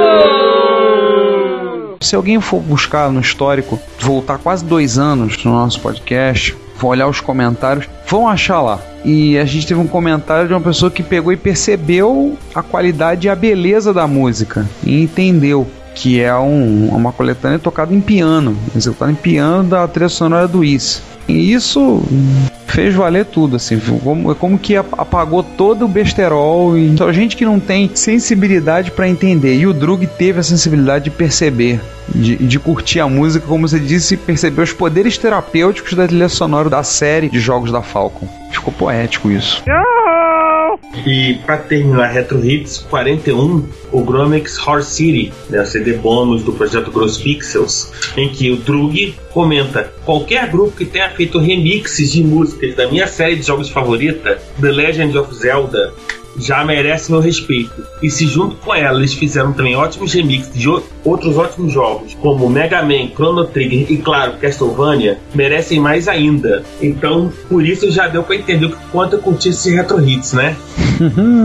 Se alguém for buscar no histórico, voltar quase 2 anos no nosso podcast, for olhar os comentários, vão achar lá. E a gente teve um comentário de uma pessoa que pegou e percebeu a qualidade e a beleza da música e entendeu que é uma coletânea tocada em piano, executada em piano da trilha sonora do YS. E isso fez valer tudo, assim, como que apagou todo o besterol, e só gente que não tem sensibilidade para entender. E o Drug teve a sensibilidade de perceber, de curtir a música, como você disse, perceber os poderes terapêuticos da trilha sonora da série de jogos da Falcon. Ficou poético isso. E para terminar Retro Hits 41, o Gromix Horror City, né, o CD bônus do projeto Gross Pixels, em que o Drug comenta: qualquer grupo que tenha feito remixes de músicas da minha série de jogos favorita, The Legend of Zelda, já merece meu respeito. E se junto com ela eles fizeram também ótimos remixes de outros ótimos jogos, como Mega Man, Chrono Trigger e, claro, Castlevania, merecem mais ainda. Então, por isso já deu pra entender o quanto eu curti esse Retro Hits, né?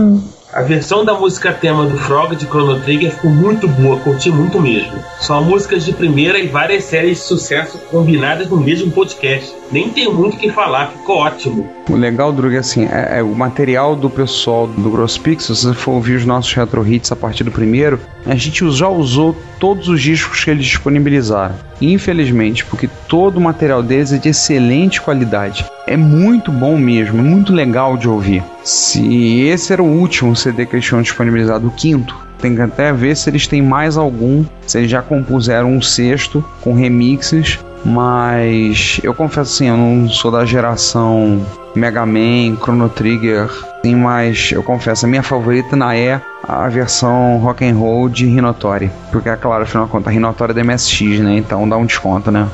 A versão da música tema do Frog de Chrono Trigger ficou muito boa, curti muito mesmo. São músicas de primeira e várias séries de sucesso combinadas no mesmo podcast. Nem tem muito o que falar, ficou ótimo. O legal, Drug, assim, é o material do pessoal do Gross Pixel. Se você for ouvir os nossos retro hits a partir do primeiro, a gente já usou todos os discos que eles disponibilizaram. Infelizmente, porque todo o material deles é de excelente qualidade. É muito bom mesmo, é muito legal de ouvir. Se esse era o último CD que eles tinham disponibilizado, o quinto, tem que até ver se eles têm mais algum, se eles já compuseram um sexto com remixes. Mas eu confesso assim, eu não sou da geração Mega Man, Chrono Trigger, mas eu confesso, a minha favorita é a versão rock and roll de Hinotori, porque é claro, afinal de contas, a Hinotori é da MSX, né? Então dá um desconto, né?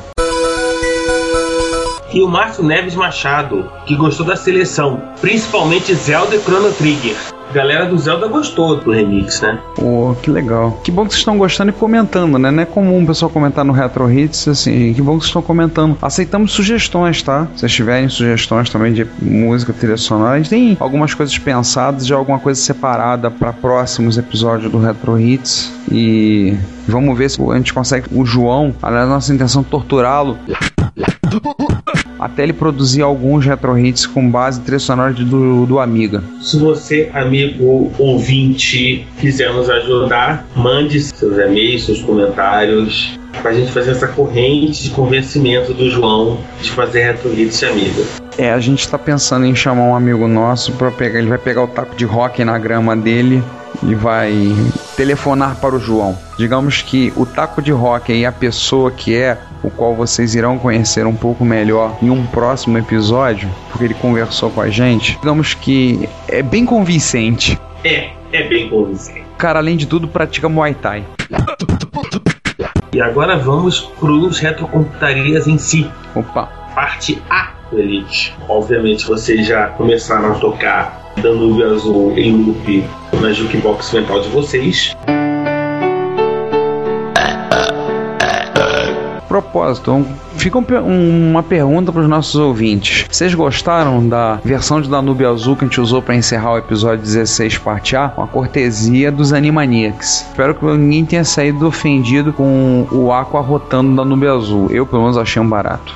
E o Márcio Neves Machado, que gostou da seleção, principalmente Zelda e Chrono Trigger. A galera do Zelda gostou do remix, né? Pô, que legal. Que bom que vocês estão gostando e comentando, né? Não é comum o pessoal comentar no Retro Hits, assim. Que bom que vocês estão comentando. Aceitamos sugestões, tá? Se vocês tiverem sugestões também de música, trilha sonora, a gente tem algumas coisas pensadas, já alguma coisa separada para próximos episódios do Retro Hits. E vamos ver se a gente consegue. O João, aliás, a nossa intenção é torturá-lo até ele produzir alguns retro hits com base trilha sonora do Amiga. Se você, amigo ouvinte, quiser nos ajudar, mande seus e-mails, seus comentários, pra gente fazer essa corrente de convencimento do João de fazer retro hits de Amiga. A gente tá pensando em chamar um amigo nosso pra pegar, ele vai pegar o taco de rock na grama dele e vai telefonar para o João. Digamos que o taco de rock e a pessoa que é, o qual vocês irão conhecer um pouco melhor em um próximo episódio, porque ele conversou com a gente, digamos que é bem convincente. É bem convincente. O cara, além de tudo, pratica Muay Thai. E agora vamos pros retrocomputarias em si. Opa. Parte A do Elite. Obviamente vocês já começaram a tocar Danúbio Azul em loop na jukebox mental de vocês. Propósito, fica uma pergunta para os nossos ouvintes. Vocês gostaram da versão de Danúbio Azul que a gente usou para encerrar o episódio 16, parte A? Com a cortesia dos Animaniacs. Espero que ninguém tenha saído ofendido com o Aqua rotando Danúbio Azul. Eu, pelo menos, achei um barato.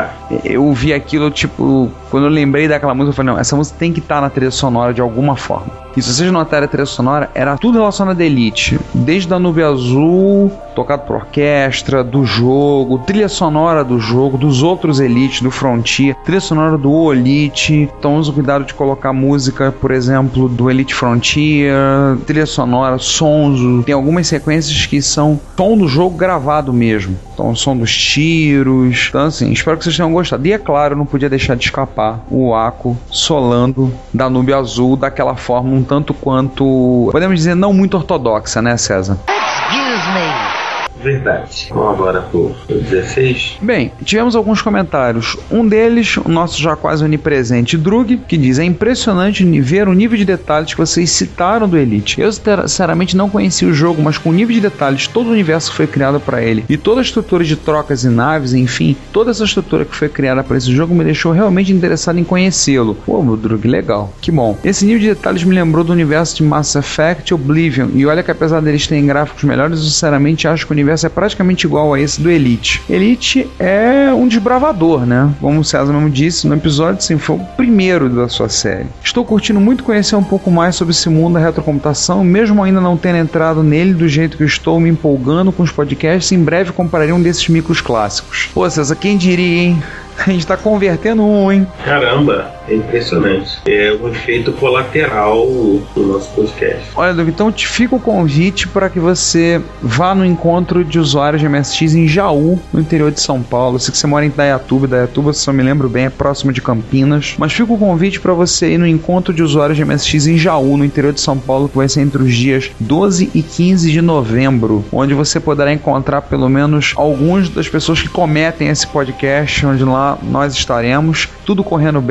Eu vi aquilo, tipo, quando eu lembrei daquela música, eu falei, não, essa música tem que estar na trilha sonora de alguma forma. E se vocês notarem a trilha sonora, era tudo relacionado à Elite. Desde Danúbio Azul, tocado por orquestra, do jogo, trilha sonora do jogo, dos outros Elite, do Frontier, trilha sonora do Elite. Então usa o cuidado de colocar música, por exemplo, do Elite Frontier, trilha sonora, sons. Tem algumas sequências que são som do jogo gravado mesmo. Então o som dos tiros. Então assim, espero que vocês tenham gostado. E é claro, não podia deixar de escapar o Aqua solando Danúbio Azul daquela forma um tanto quanto, podemos dizer, não muito ortodoxa, né, César? Excuse me. Verdade. Vamos agora pro 16. Bem, tivemos alguns comentários. Um deles, o nosso já quase onipresente Drug, que diz: é impressionante ver o nível de detalhes que vocês citaram do Elite. Eu sinceramente não conhecia o jogo, mas com o nível de detalhes, todo o universo que foi criado para ele e toda a estrutura de trocas e naves, enfim, toda essa estrutura que foi criada para esse jogo me deixou realmente interessado em conhecê-lo. Pô, meu Drug, legal, que bom. Esse nível de detalhes me lembrou do universo de Mass Effect e Oblivion, e olha que apesar deles terem gráficos melhores, eu sinceramente acho que o universo é praticamente igual a esse do Elite. Elite é um desbravador, né? Como o César mesmo disse no episódio, sim, foi o primeiro da sua série. Estou curtindo muito conhecer um pouco mais sobre esse mundo da retrocomputação, mesmo ainda não tendo entrado nele do jeito que eu estou me empolgando com os podcasts. Em breve compararei um desses micros clássicos. Pô, César, quem diria, hein? A gente tá convertendo um, hein? Caramba, é impressionante. É um efeito colateral do nosso podcast. Olha, Doug, então te fica o convite para que você vá no encontro de usuários de MSX em Jaú, no interior de São Paulo. Eu sei que você mora em Dayatuba, se eu me lembro bem, é próximo de Campinas. Mas fica o convite para você ir no encontro de usuários de MSX em Jaú, no interior de São Paulo, que vai ser entre os dias 12 e 15 de novembro, onde você poderá encontrar pelo menos algumas das pessoas que cometem esse podcast, onde lá nós estaremos, tudo correndo bem.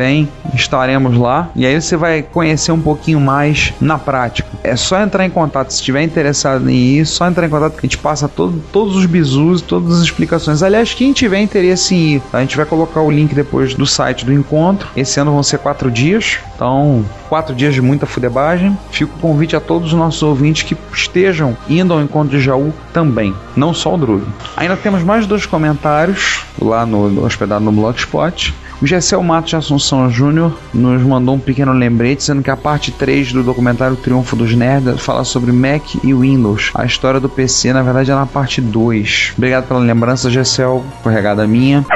estaremos lá. E aí você vai conhecer um pouquinho mais na prática. É só entrar em contato. Se estiver interessado em ir, só entrar em contato que a gente passa todos os bizus, todas as explicações. Aliás, quem tiver interesse em ir, a gente vai colocar o link depois do site do encontro. Esse ano vão ser 4 dias. Então, 4 dias de muita fudebagem. Fica o convite a todos os nossos ouvintes que estejam indo ao encontro de Jaú também. Não só o Drug. Ainda temos mais 2 comentários lá hospedado no Blogspot. O Gessel Matos de Assunção Júnior nos mandou um pequeno lembrete dizendo que a parte 3 do documentário Triunfo dos Nerds fala sobre Mac e Windows. A história do PC, na verdade, é na parte 2. Obrigado pela lembrança, Gessel. Corregada minha.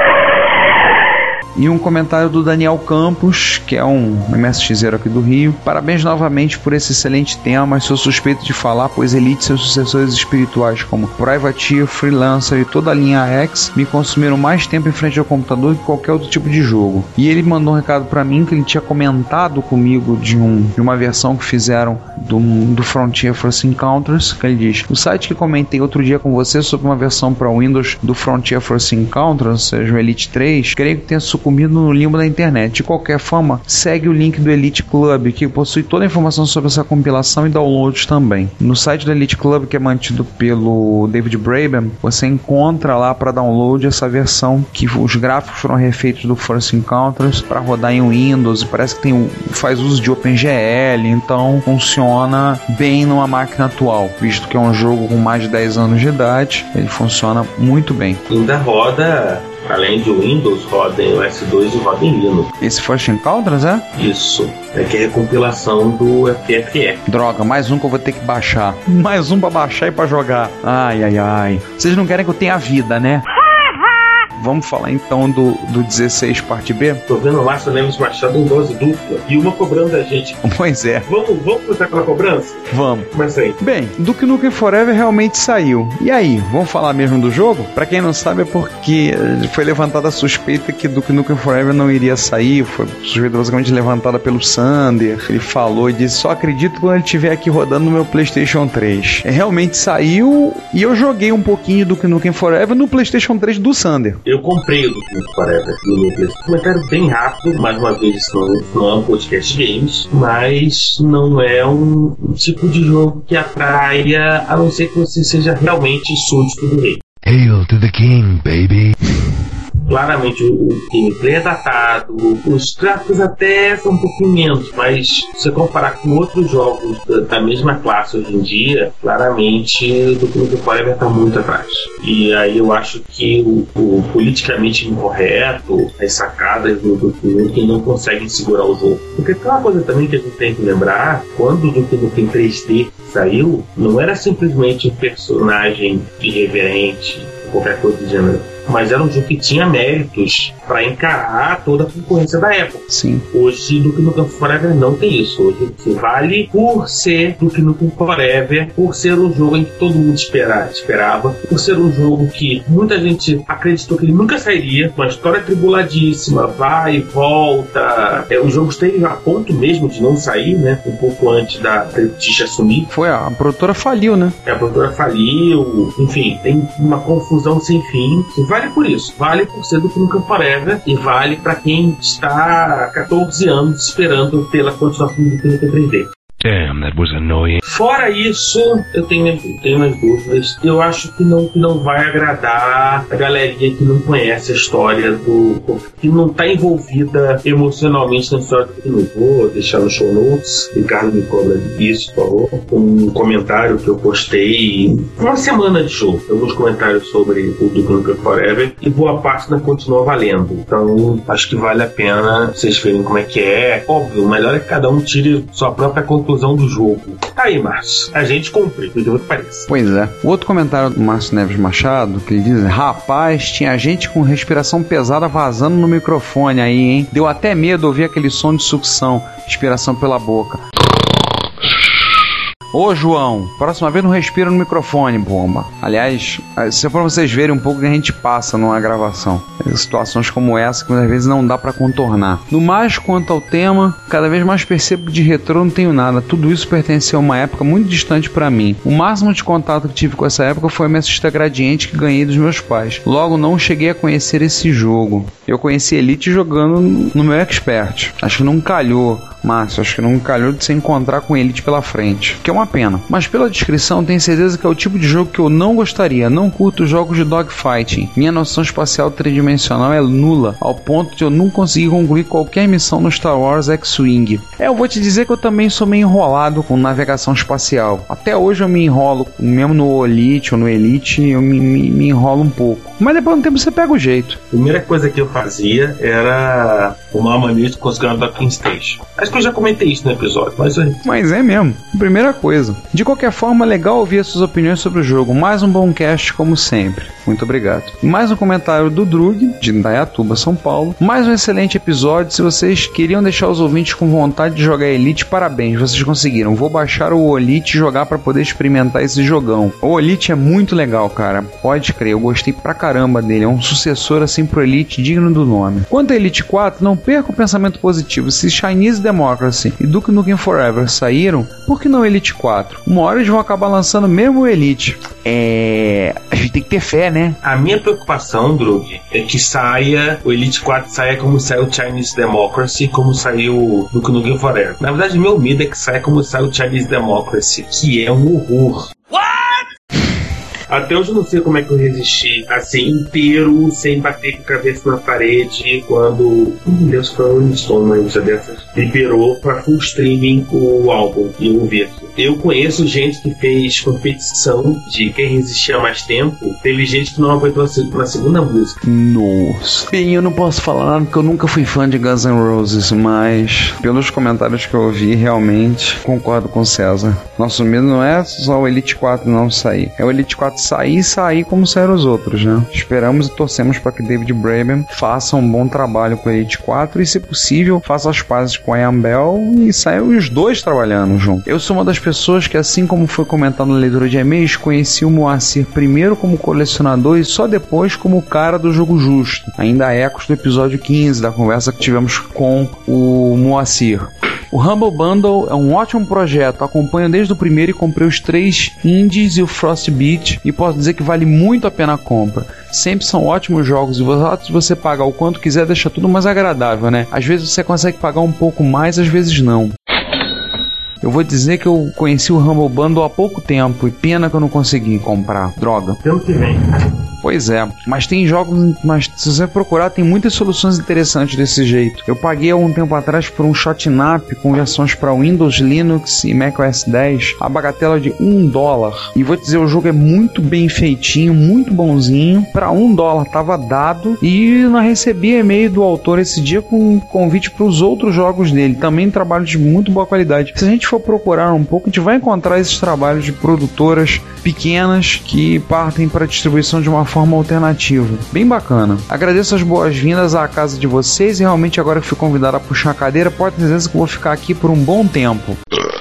E um comentário do Daniel Campos, que é um MSXero aqui do Rio. Parabéns novamente por esse excelente tema, mas sou suspeito de falar, pois Elite e seus sucessores espirituais como Privateer, Freelancer e toda a linha X me consumiram mais tempo em frente ao computador que qualquer outro tipo de jogo. E ele mandou um recado pra mim que ele tinha comentado comigo de uma versão que fizeram do Frontier Force Encounters, que ele diz: o site que comentei outro dia com você sobre uma versão para Windows do Frontier Force Encounters, ou seja, o Elite 3, creio que tenha sucumbido no limbo da internet. De qualquer forma, segue o link do Elite Club, que possui toda a informação sobre essa compilação e downloads também. No site do Elite Club, que é mantido pelo David Braben, você encontra lá para download essa versão que os gráficos foram refeitos do Force Encounters para rodar em Windows, e parece que faz uso de OpenGL, então funciona bem numa máquina atual, visto que é um jogo com mais de 10 anos de idade, ele funciona muito bem. Ainda roda, além de Windows, roda em OS2 e roda em Linux. Esse Force Encounters, é? Isso. É que é a compilação do FFE. Droga, mais um que eu vou ter que baixar. Mais um pra baixar e pra jogar. Ai, ai, ai. Vocês não querem que eu tenha vida, né? Vamos falar então do 16 parte B? Tô vendo lá, Márcio Neves Machado em dose dupla. E uma cobrando a gente. Pois é. Vamos começar pela cobrança? Vamos. Começa aí. Bem, Duke Nukem Forever realmente saiu. E aí, vamos falar mesmo do jogo? Pra quem não sabe, é porque foi levantada a suspeita que Duke Nukem Forever não iria sair. Foi suspeita basicamente levantada pelo Sander. Ele falou e disse: só acredito quando ele estiver aqui rodando no meu PlayStation 3. Realmente saiu e eu joguei um pouquinho do Duke Nukem Forever no PlayStation 3 do Sander. Eu comprei o Duke Nukem Forever no meu PlayStation. Comentário bem rápido, mais uma vez, não é um podcast games, mas não é um tipo de jogo que atraia, a não ser que você seja realmente súdito do rei. Hail to the king, baby. Claramente o gameplay é datado, os gráficos até são um pouquinho menos, mas se você comparar com outros jogos da mesma classe hoje em dia, claramente o Duke Nukem Forever está muito atrás. E aí eu acho que o politicamente incorreto, as sacadas do Duke Nukem não conseguem segurar o jogo. Porque tem uma coisa também que a gente tem que lembrar: quando o Duke Nukem 3D saiu, não era simplesmente um personagem irreverente, qualquer coisa do gênero, mas era um jogo que tinha méritos para encarar toda a concorrência da época. Sim. Hoje, Duke Nukem Forever não tem isso. Hoje vale por ser Duke Nukem Forever, por ser um jogo em que todo mundo esperava, por ser um jogo que muita gente acreditou que ele nunca sairia, uma história tribuladíssima, vai e volta. O jogo esteve a ponto mesmo de não sair, né? Um pouco antes da Tish assumir. Foi, a produtora faliu, né? A produtora faliu, enfim, tem uma confusão sem fim. Vale por isso, vale por ser Duke Nukem Forever e vale para quem está há 14 anos esperando pela continuação do Duke Nukem 3D. Damn, that was annoying. Fora isso, eu tenho umas dúvidas. Eu acho que não vai agradar a galerinha que não conhece a história que não está envolvida emocionalmente na história do Duke Nukem. Vou deixar no show notes, Ricardo me cobra disso, por favor, um comentário que eu postei uma semana de show, alguns comentários sobre o Duke Nukem Forever, e boa parte não continua valendo. Então acho que vale a pena vocês verem como é que é. Óbvio, o melhor é que cada um tire sua própria conclusão do jogo. Tá aí, Márcio. A gente cumpriu, do que parece. Pois é. O outro comentário do Márcio Neves Machado, que ele diz: rapaz, tinha gente com respiração pesada vazando no microfone aí, hein? Deu até medo ouvir aquele som de sucção, respiração pela boca. Ô, João, próxima vez não respira no microfone, bomba. Aliás, se é pra vocês verem um pouco que a gente passa numa gravação. Situações como essa que muitas vezes não dá pra contornar. No mais, quanto ao tema, cada vez mais percebo que de retrô não tenho nada. Tudo isso pertence a uma época muito distante pra mim. O máximo de contato que tive com essa época foi a MSX Gradiente que ganhei dos meus pais. Logo, não cheguei a conhecer esse jogo. Eu conheci Elite jogando no meu Expert. Acho que não calhou, Márcio, acho que não calhou de se encontrar com Elite pela frente, que é uma pena. Mas pela descrição, tenho certeza que é o tipo de jogo que eu não gostaria. Não curto jogos de dogfighting. Minha noção espacial tridimensional é nula, ao ponto de eu não conseguir concluir qualquer missão no Star Wars X-Wing. Eu vou te dizer que eu também sou meio enrolado com navegação espacial. Até hoje eu me enrolo, mesmo no Elite ou no Elite, eu me enrolo um pouco. Mas depois de um tempo você pega o jeito. A primeira coisa que eu fazia era fumar uma manito com os ganos da Docking Station. Acho que eu já comentei isso no episódio, mas é mesmo. Primeira coisa. De qualquer forma, legal ouvir as suas opiniões sobre o jogo. Mais um bom cast, como sempre. Muito obrigado. Mais um comentário do Drug, de Indaiatuba, São Paulo. Mais um excelente episódio. Se vocês queriam deixar os ouvintes com vontade de jogar Elite, parabéns, vocês conseguiram. Vou baixar o Elite e jogar para poder experimentar esse jogão. O Elite é muito legal, cara. Pode crer, eu gostei pra caramba dele. É um sucessor assim pro Elite digno do nome. Quanto a Elite 4, não perca o pensamento positivo. Se Chinese Democracy e Duke Nukem Forever saíram, por que não Elite 4? Uma hora eles vão acabar lançando mesmo o Elite. A gente tem que ter fé, né? A minha preocupação, Drug, é que o Elite 4 saia como saiu o Chinese Democracy, como saiu o Duke Nukem Forever. Na verdade, meu medo é que saia como saiu o Chinese Democracy, que é um horror. Até hoje eu não sei como é que eu resisti assim, inteiro, sem bater com a cabeça na parede, quando Deus foi o Stone, uma coisa dessas, liberou pra full streaming o álbum e eu ouvi aqui. Eu conheço gente que fez competição de quem resistia mais tempo. Teve gente que não aguentou na segunda música. Nossa. Bem, eu não posso falar nada porque eu nunca fui fã de Guns N' Roses, mas pelos comentários que eu ouvi, realmente concordo com o César. Nosso medo não é só o Elite 4 não sair. É o Elite 4 sair como saíram os outros, né? Esperamos e torcemos para que David Braben faça um bom trabalho com o Elite 4 e, se possível, faça as pazes com a Ian Bell e saiam os dois trabalhando junto. Eu sou uma das pessoas que, assim como foi comentado na leitura de e-mails, conheci o Moacir primeiro como colecionador e só depois como o cara do jogo justo. Ainda há ecos do episódio 15 da conversa que tivemos com o Moacir. O Humble Bundle é um ótimo projeto, acompanho desde o primeiro e comprei os 3 indies e o Frostbeat e posso dizer que vale muito a pena a compra. Sempre são ótimos jogos e se você pagar o quanto quiser deixa tudo mais agradável, né? Às vezes você consegue pagar um pouco mais, às vezes não. Eu vou dizer que eu conheci o Humble Bundle há pouco tempo e pena que eu não consegui comprar. Droga. Ano que vem. Pois é, mas tem jogos, mas se você procurar tem muitas soluções interessantes desse jeito. Eu paguei há um tempo atrás por um Shotnap com versões para Windows, Linux e macOS 10 a bagatela de $1. E vou te dizer, o jogo é muito bem feitinho, muito bonzinho. Para $1 tava dado e não recebi e-mail do autor esse dia com convite para os outros jogos dele. Também trabalhos de muito boa qualidade. Se a gente for procurar um pouco, a gente vai encontrar esses trabalhos de produtoras pequenas que partem para distribuição de uma forma alternativa. Bem bacana. Agradeço as boas-vindas à casa de vocês e realmente agora que fui convidado a puxar a cadeira, pode ter certeza que eu vou ficar aqui por um bom tempo.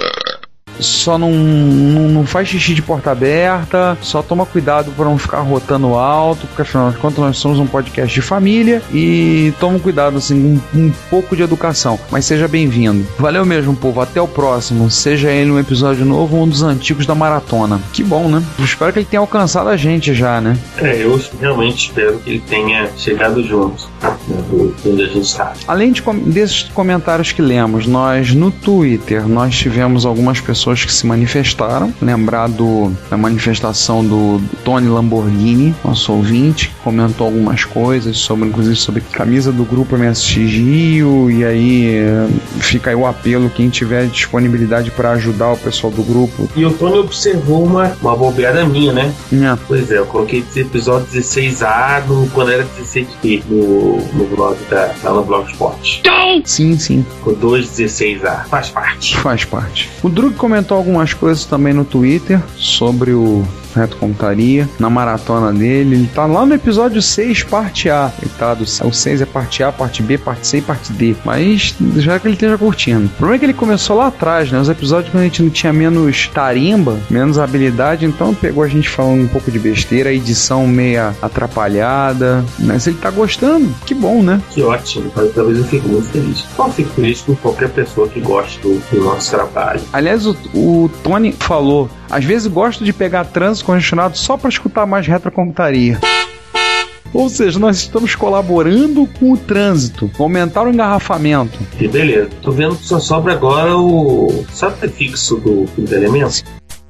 Só não faz xixi de porta aberta, só toma cuidado para não ficar rotando alto, porque afinal de contas nós somos um podcast de família e toma cuidado assim, um pouco de educação, mas seja bem-vindo. Valeu mesmo, povo, até o próximo, seja ele um episódio novo ou um dos antigos da maratona. Que bom, né? Eu espero que ele tenha alcançado a gente já, né? Eu realmente espero que ele tenha chegado junto, né, onde a gente está. Além desses comentários que lemos, nós no Twitter, nós tivemos algumas pessoas que se manifestaram. Lembrar da manifestação do Tony Lamborghini, nosso ouvinte, que comentou algumas coisas inclusive sobre a camisa do grupo MSX Rio, e aí fica aí o apelo, quem tiver disponibilidade para ajudar o pessoal do grupo. E o Tony observou uma bobeada minha, né? Pois é, eu coloquei esse episódio 16A quando era 16B no blog da Blogspot. Sim. Com 2.16A. Faz parte. O Drug comentou algumas coisas também no Twitter sobre o Reto Computaria, na maratona dele. Ele tá lá no episódio 6, parte A. Ele tá o 6 é parte A, parte B, parte C e parte D. Mas já que ele esteja curtindo. O problema é que ele começou lá atrás, né? Os episódios quando a gente não tinha menos tarimba, menos habilidade, então pegou a gente falando um pouco de besteira, a edição meia atrapalhada. Mas ele tá gostando, que bom, né? Que ótimo, talvez eu fique muito feliz. Eu fico feliz com qualquer pessoa que goste do nosso trabalho. Aliás, o Tony falou, às vezes gosto de pegar trânsito congestionado só para escutar mais retrocomputaria. Ou seja, nós estamos colaborando com o trânsito, aumentar o engarrafamento. Que beleza. Tô vendo que só sobra agora o prefixo do elemento.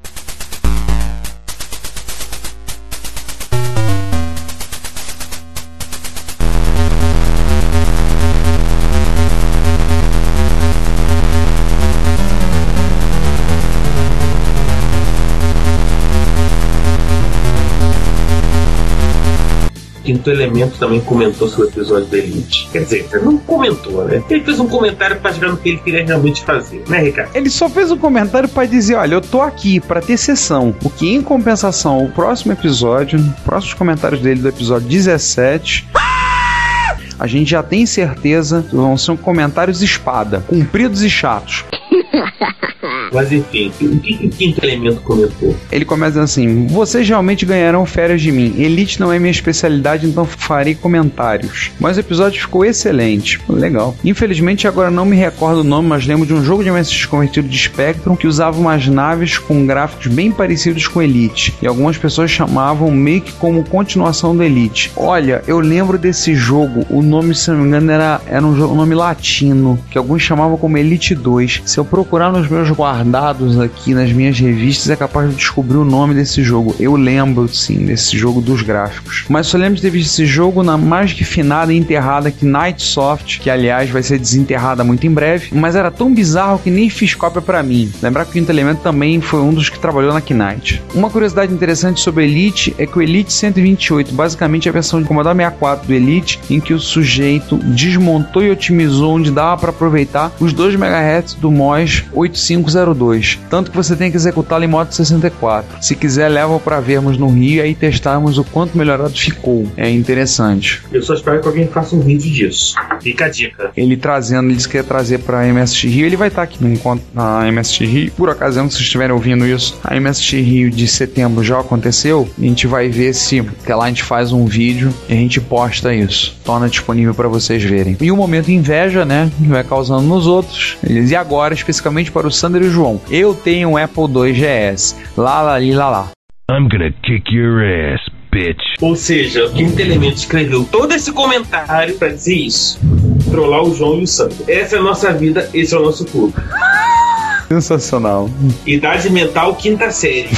Quinto Elemento também comentou sobre o episódio da Elite. Quer dizer, ele não comentou, né? Ele fez um comentário pra chegar no que ele queria realmente fazer, né, Ricardo? Ele só fez um comentário pra dizer, olha, eu tô aqui pra ter sessão. O que, em compensação, o próximo episódio, próximos comentários dele do episódio 17... a gente já tem certeza que vão ser comentários espada, compridos e chatos. Mas enfim, o que o Quinto Elemento comentou? Ele começa assim: vocês realmente ganharão férias de mim. Elite não é minha especialidade, então farei comentários. Mas o episódio ficou excelente. Legal. Infelizmente agora não me recordo o nome, mas lembro de um jogo de MSX convertido de Spectrum que usava umas naves com gráficos bem parecidos com Elite. E algumas pessoas chamavam meio que como continuação do Elite. Olha, eu lembro desse jogo. O nome, se não me engano, era um nome latino, que alguns chamavam como Elite 2. Se eu procurar nos meus guardados aqui nas minhas revistas, é capaz de descobrir o nome desse jogo. Eu lembro, sim, desse jogo dos gráficos. Mas só lembro de ter visto esse jogo na mais que finada e enterrada que Nightsoft, que aliás vai ser desenterrada muito em breve, mas era tão bizarro que nem fiz cópia pra mim. Lembrar que o Quinto Elemento também foi um dos que trabalhou na Knight. Uma curiosidade interessante sobre o Elite é que o Elite 128, basicamente é a versão de Commodore 64 do Elite, em que o sujeito desmontou e otimizou onde dava para aproveitar os 2 MHz do MOS 8502, tanto que você tem que executá-lo em modo 64. Se quiser, leva para vermos no Rio e aí testarmos o quanto melhorado ficou. É interessante. Eu só espero que alguém faça um vídeo disso. Fica a dica. Ele disse que ia trazer para a MSX Rio. Ele vai estar aqui no encontro na MSX Rio. Por ocasião, se vocês estiverem ouvindo isso, a MSX Rio de setembro já aconteceu. A gente vai ver se até lá a gente faz um vídeo e a gente posta isso. Torna disponível para vocês verem. E o momento inveja, né, que vai causando nos outros. E agora, especificamente para o Sander e o João. Eu tenho um Apple II GS. Lá. I'm gonna kick your ass, bitch. Ou seja, o Quinto Elemento escreveu todo esse comentário pra dizer isso. Trollar o João e o Sander. Essa é a nossa vida, esse é o nosso clube. Sensacional. Idade mental, quinta série.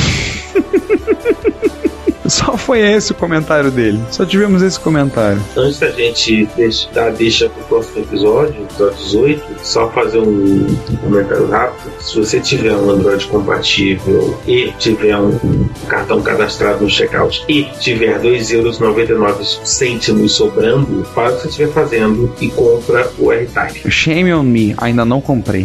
Só foi esse o comentário dele. Só tivemos esse comentário. Antes da gente deixa pro próximo episódio 18, só fazer um comentário rápido. Se você tiver um Android compatível e tiver um cartão cadastrado no checkout e tiver €2,99 sobrando, faz o que você estiver fazendo e compra o R-Type. Shame on me, ainda não comprei.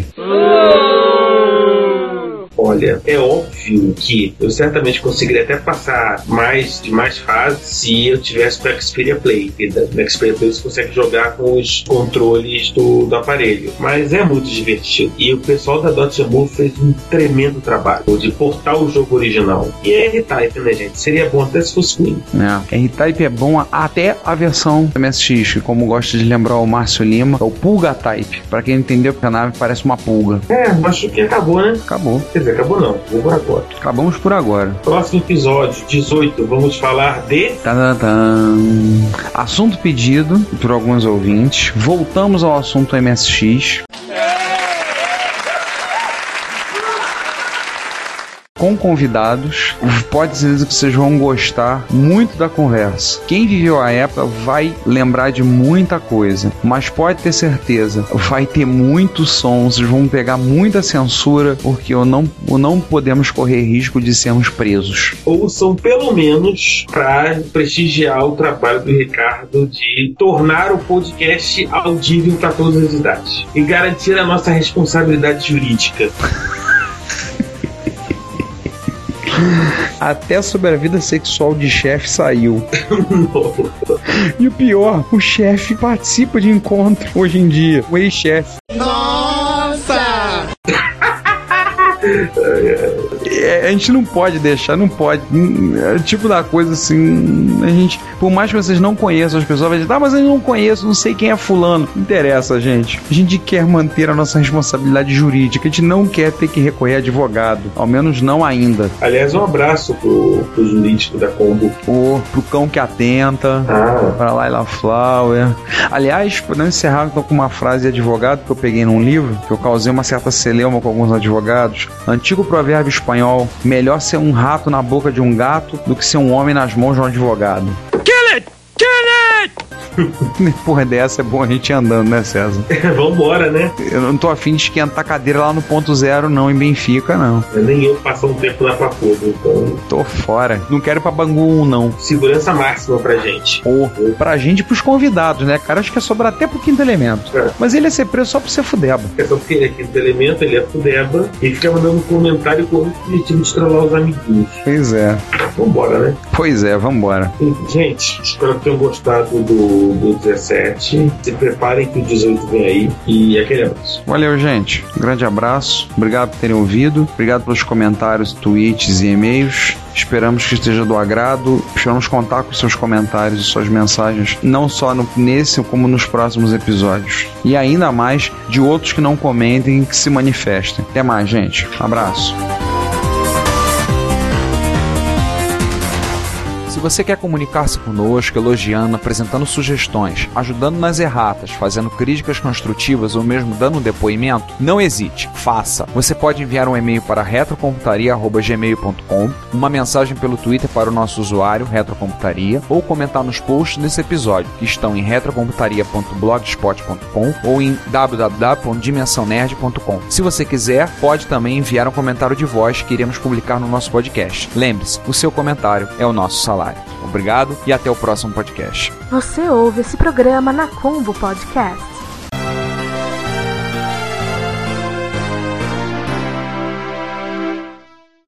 Olha, é óbvio que eu certamente conseguiria até passar mais fases se eu tivesse para Xperia Play. E no Xperia Play você consegue jogar com os controles do aparelho. Mas é muito divertido. E o pessoal da Dotemu fez um tremendo trabalho de portar o jogo original. E é R-Type, né, gente? Seria bom até se fosse ruim. R-Type é bom até a versão MSX, que, como gosta de lembrar o Márcio Lima, é o Pulga Type. Para quem entendeu, porque a nave parece uma pulga. Acho que acabou, né? Acabou. Quer dizer, acabou não, vou por agora. Acabamos por agora. Próximo episódio, 18, vamos falar de... Assunto pedido por alguns ouvintes. Voltamos ao assunto MSX. Com convidados, pode ser que vocês vão gostar muito da conversa. Quem viveu a época vai lembrar de muita coisa, mas pode ter certeza, vai ter muito som, vocês vão pegar muita censura, porque não podemos correr risco de sermos presos. Ouçam pelo menos para prestigiar o trabalho do Ricardo de tornar o podcast audível para todas as idades e garantir a nossa responsabilidade jurídica. Até sobre a vida sexual de chefe saiu. E o pior, o chefe participa de encontro hoje em dia. O ex-chefe. Nossa! A gente não pode deixar, não pode. É o tipo da coisa assim. A gente, por mais que vocês não conheçam as pessoas, vai dizer, mas eu não conheço, não sei quem é fulano. Não interessa, gente. A gente quer manter a nossa responsabilidade jurídica. A gente não quer ter que recorrer a advogado. Ao menos não ainda. Aliás, um abraço pro jurídico da Combo. Pro cão que atenta. Pra Laila Flower. Aliás, pra não encerrar, eu tô com uma frase de advogado que eu peguei num livro, que eu causei uma certa celeuma com alguns advogados. Antigo provérbio espanhol: melhor ser um rato na boca de um gato do que ser um homem nas mãos de um advogado. Kill it! Kill it! Porra dessa, é bom a gente ir andando, né, César? Vambora, né? Eu não tô afim de esquentar a cadeira lá no ponto zero, não, em Benfica, não. Nem eu passar um tempo lá pra Fogo, então... Tô fora. Não quero ir pra Bangu 1, não. Segurança máxima pra gente. Pra gente e pros convidados, né, cara? Acho que ia sobrar até pro Quinto Elemento. Mas ele ia ser preso só por ser fudeba. É só porque ele é Quinto Elemento, ele é fudeba, e fica mandando comentário com o objetivo de trollar os amiguinhos. Pois é. Vambora, né? Pois é, vambora. Gente, espero que tenham gostado do 17. Se preparem que o 18 vem aí. E aquele abraço. Valeu, gente. Grande abraço. Obrigado por terem ouvido. Obrigado pelos comentários, tweets e e-mails. Esperamos que esteja do agrado. Esperamos contar com seus comentários e suas mensagens, não só nesse, como nos próximos episódios. E ainda mais de outros que não comentem e que se manifestem. Até mais, gente. Abraço. Se você quer comunicar-se conosco, elogiando, apresentando sugestões, ajudando nas erratas, fazendo críticas construtivas ou mesmo dando um depoimento, não hesite, faça. Você pode enviar um e-mail para retrocomputaria@gmail.com, uma mensagem pelo Twitter para o nosso usuário, Retrocomputaria, ou comentar nos posts desse episódio, que estão em retrocomputaria.blogspot.com ou em www.dimensãonerd.com. Se você quiser, pode também enviar um comentário de voz que iremos publicar no nosso podcast. Lembre-se, o seu comentário é o nosso salário. Obrigado e até o próximo podcast. Você ouve esse programa na Combo Podcast.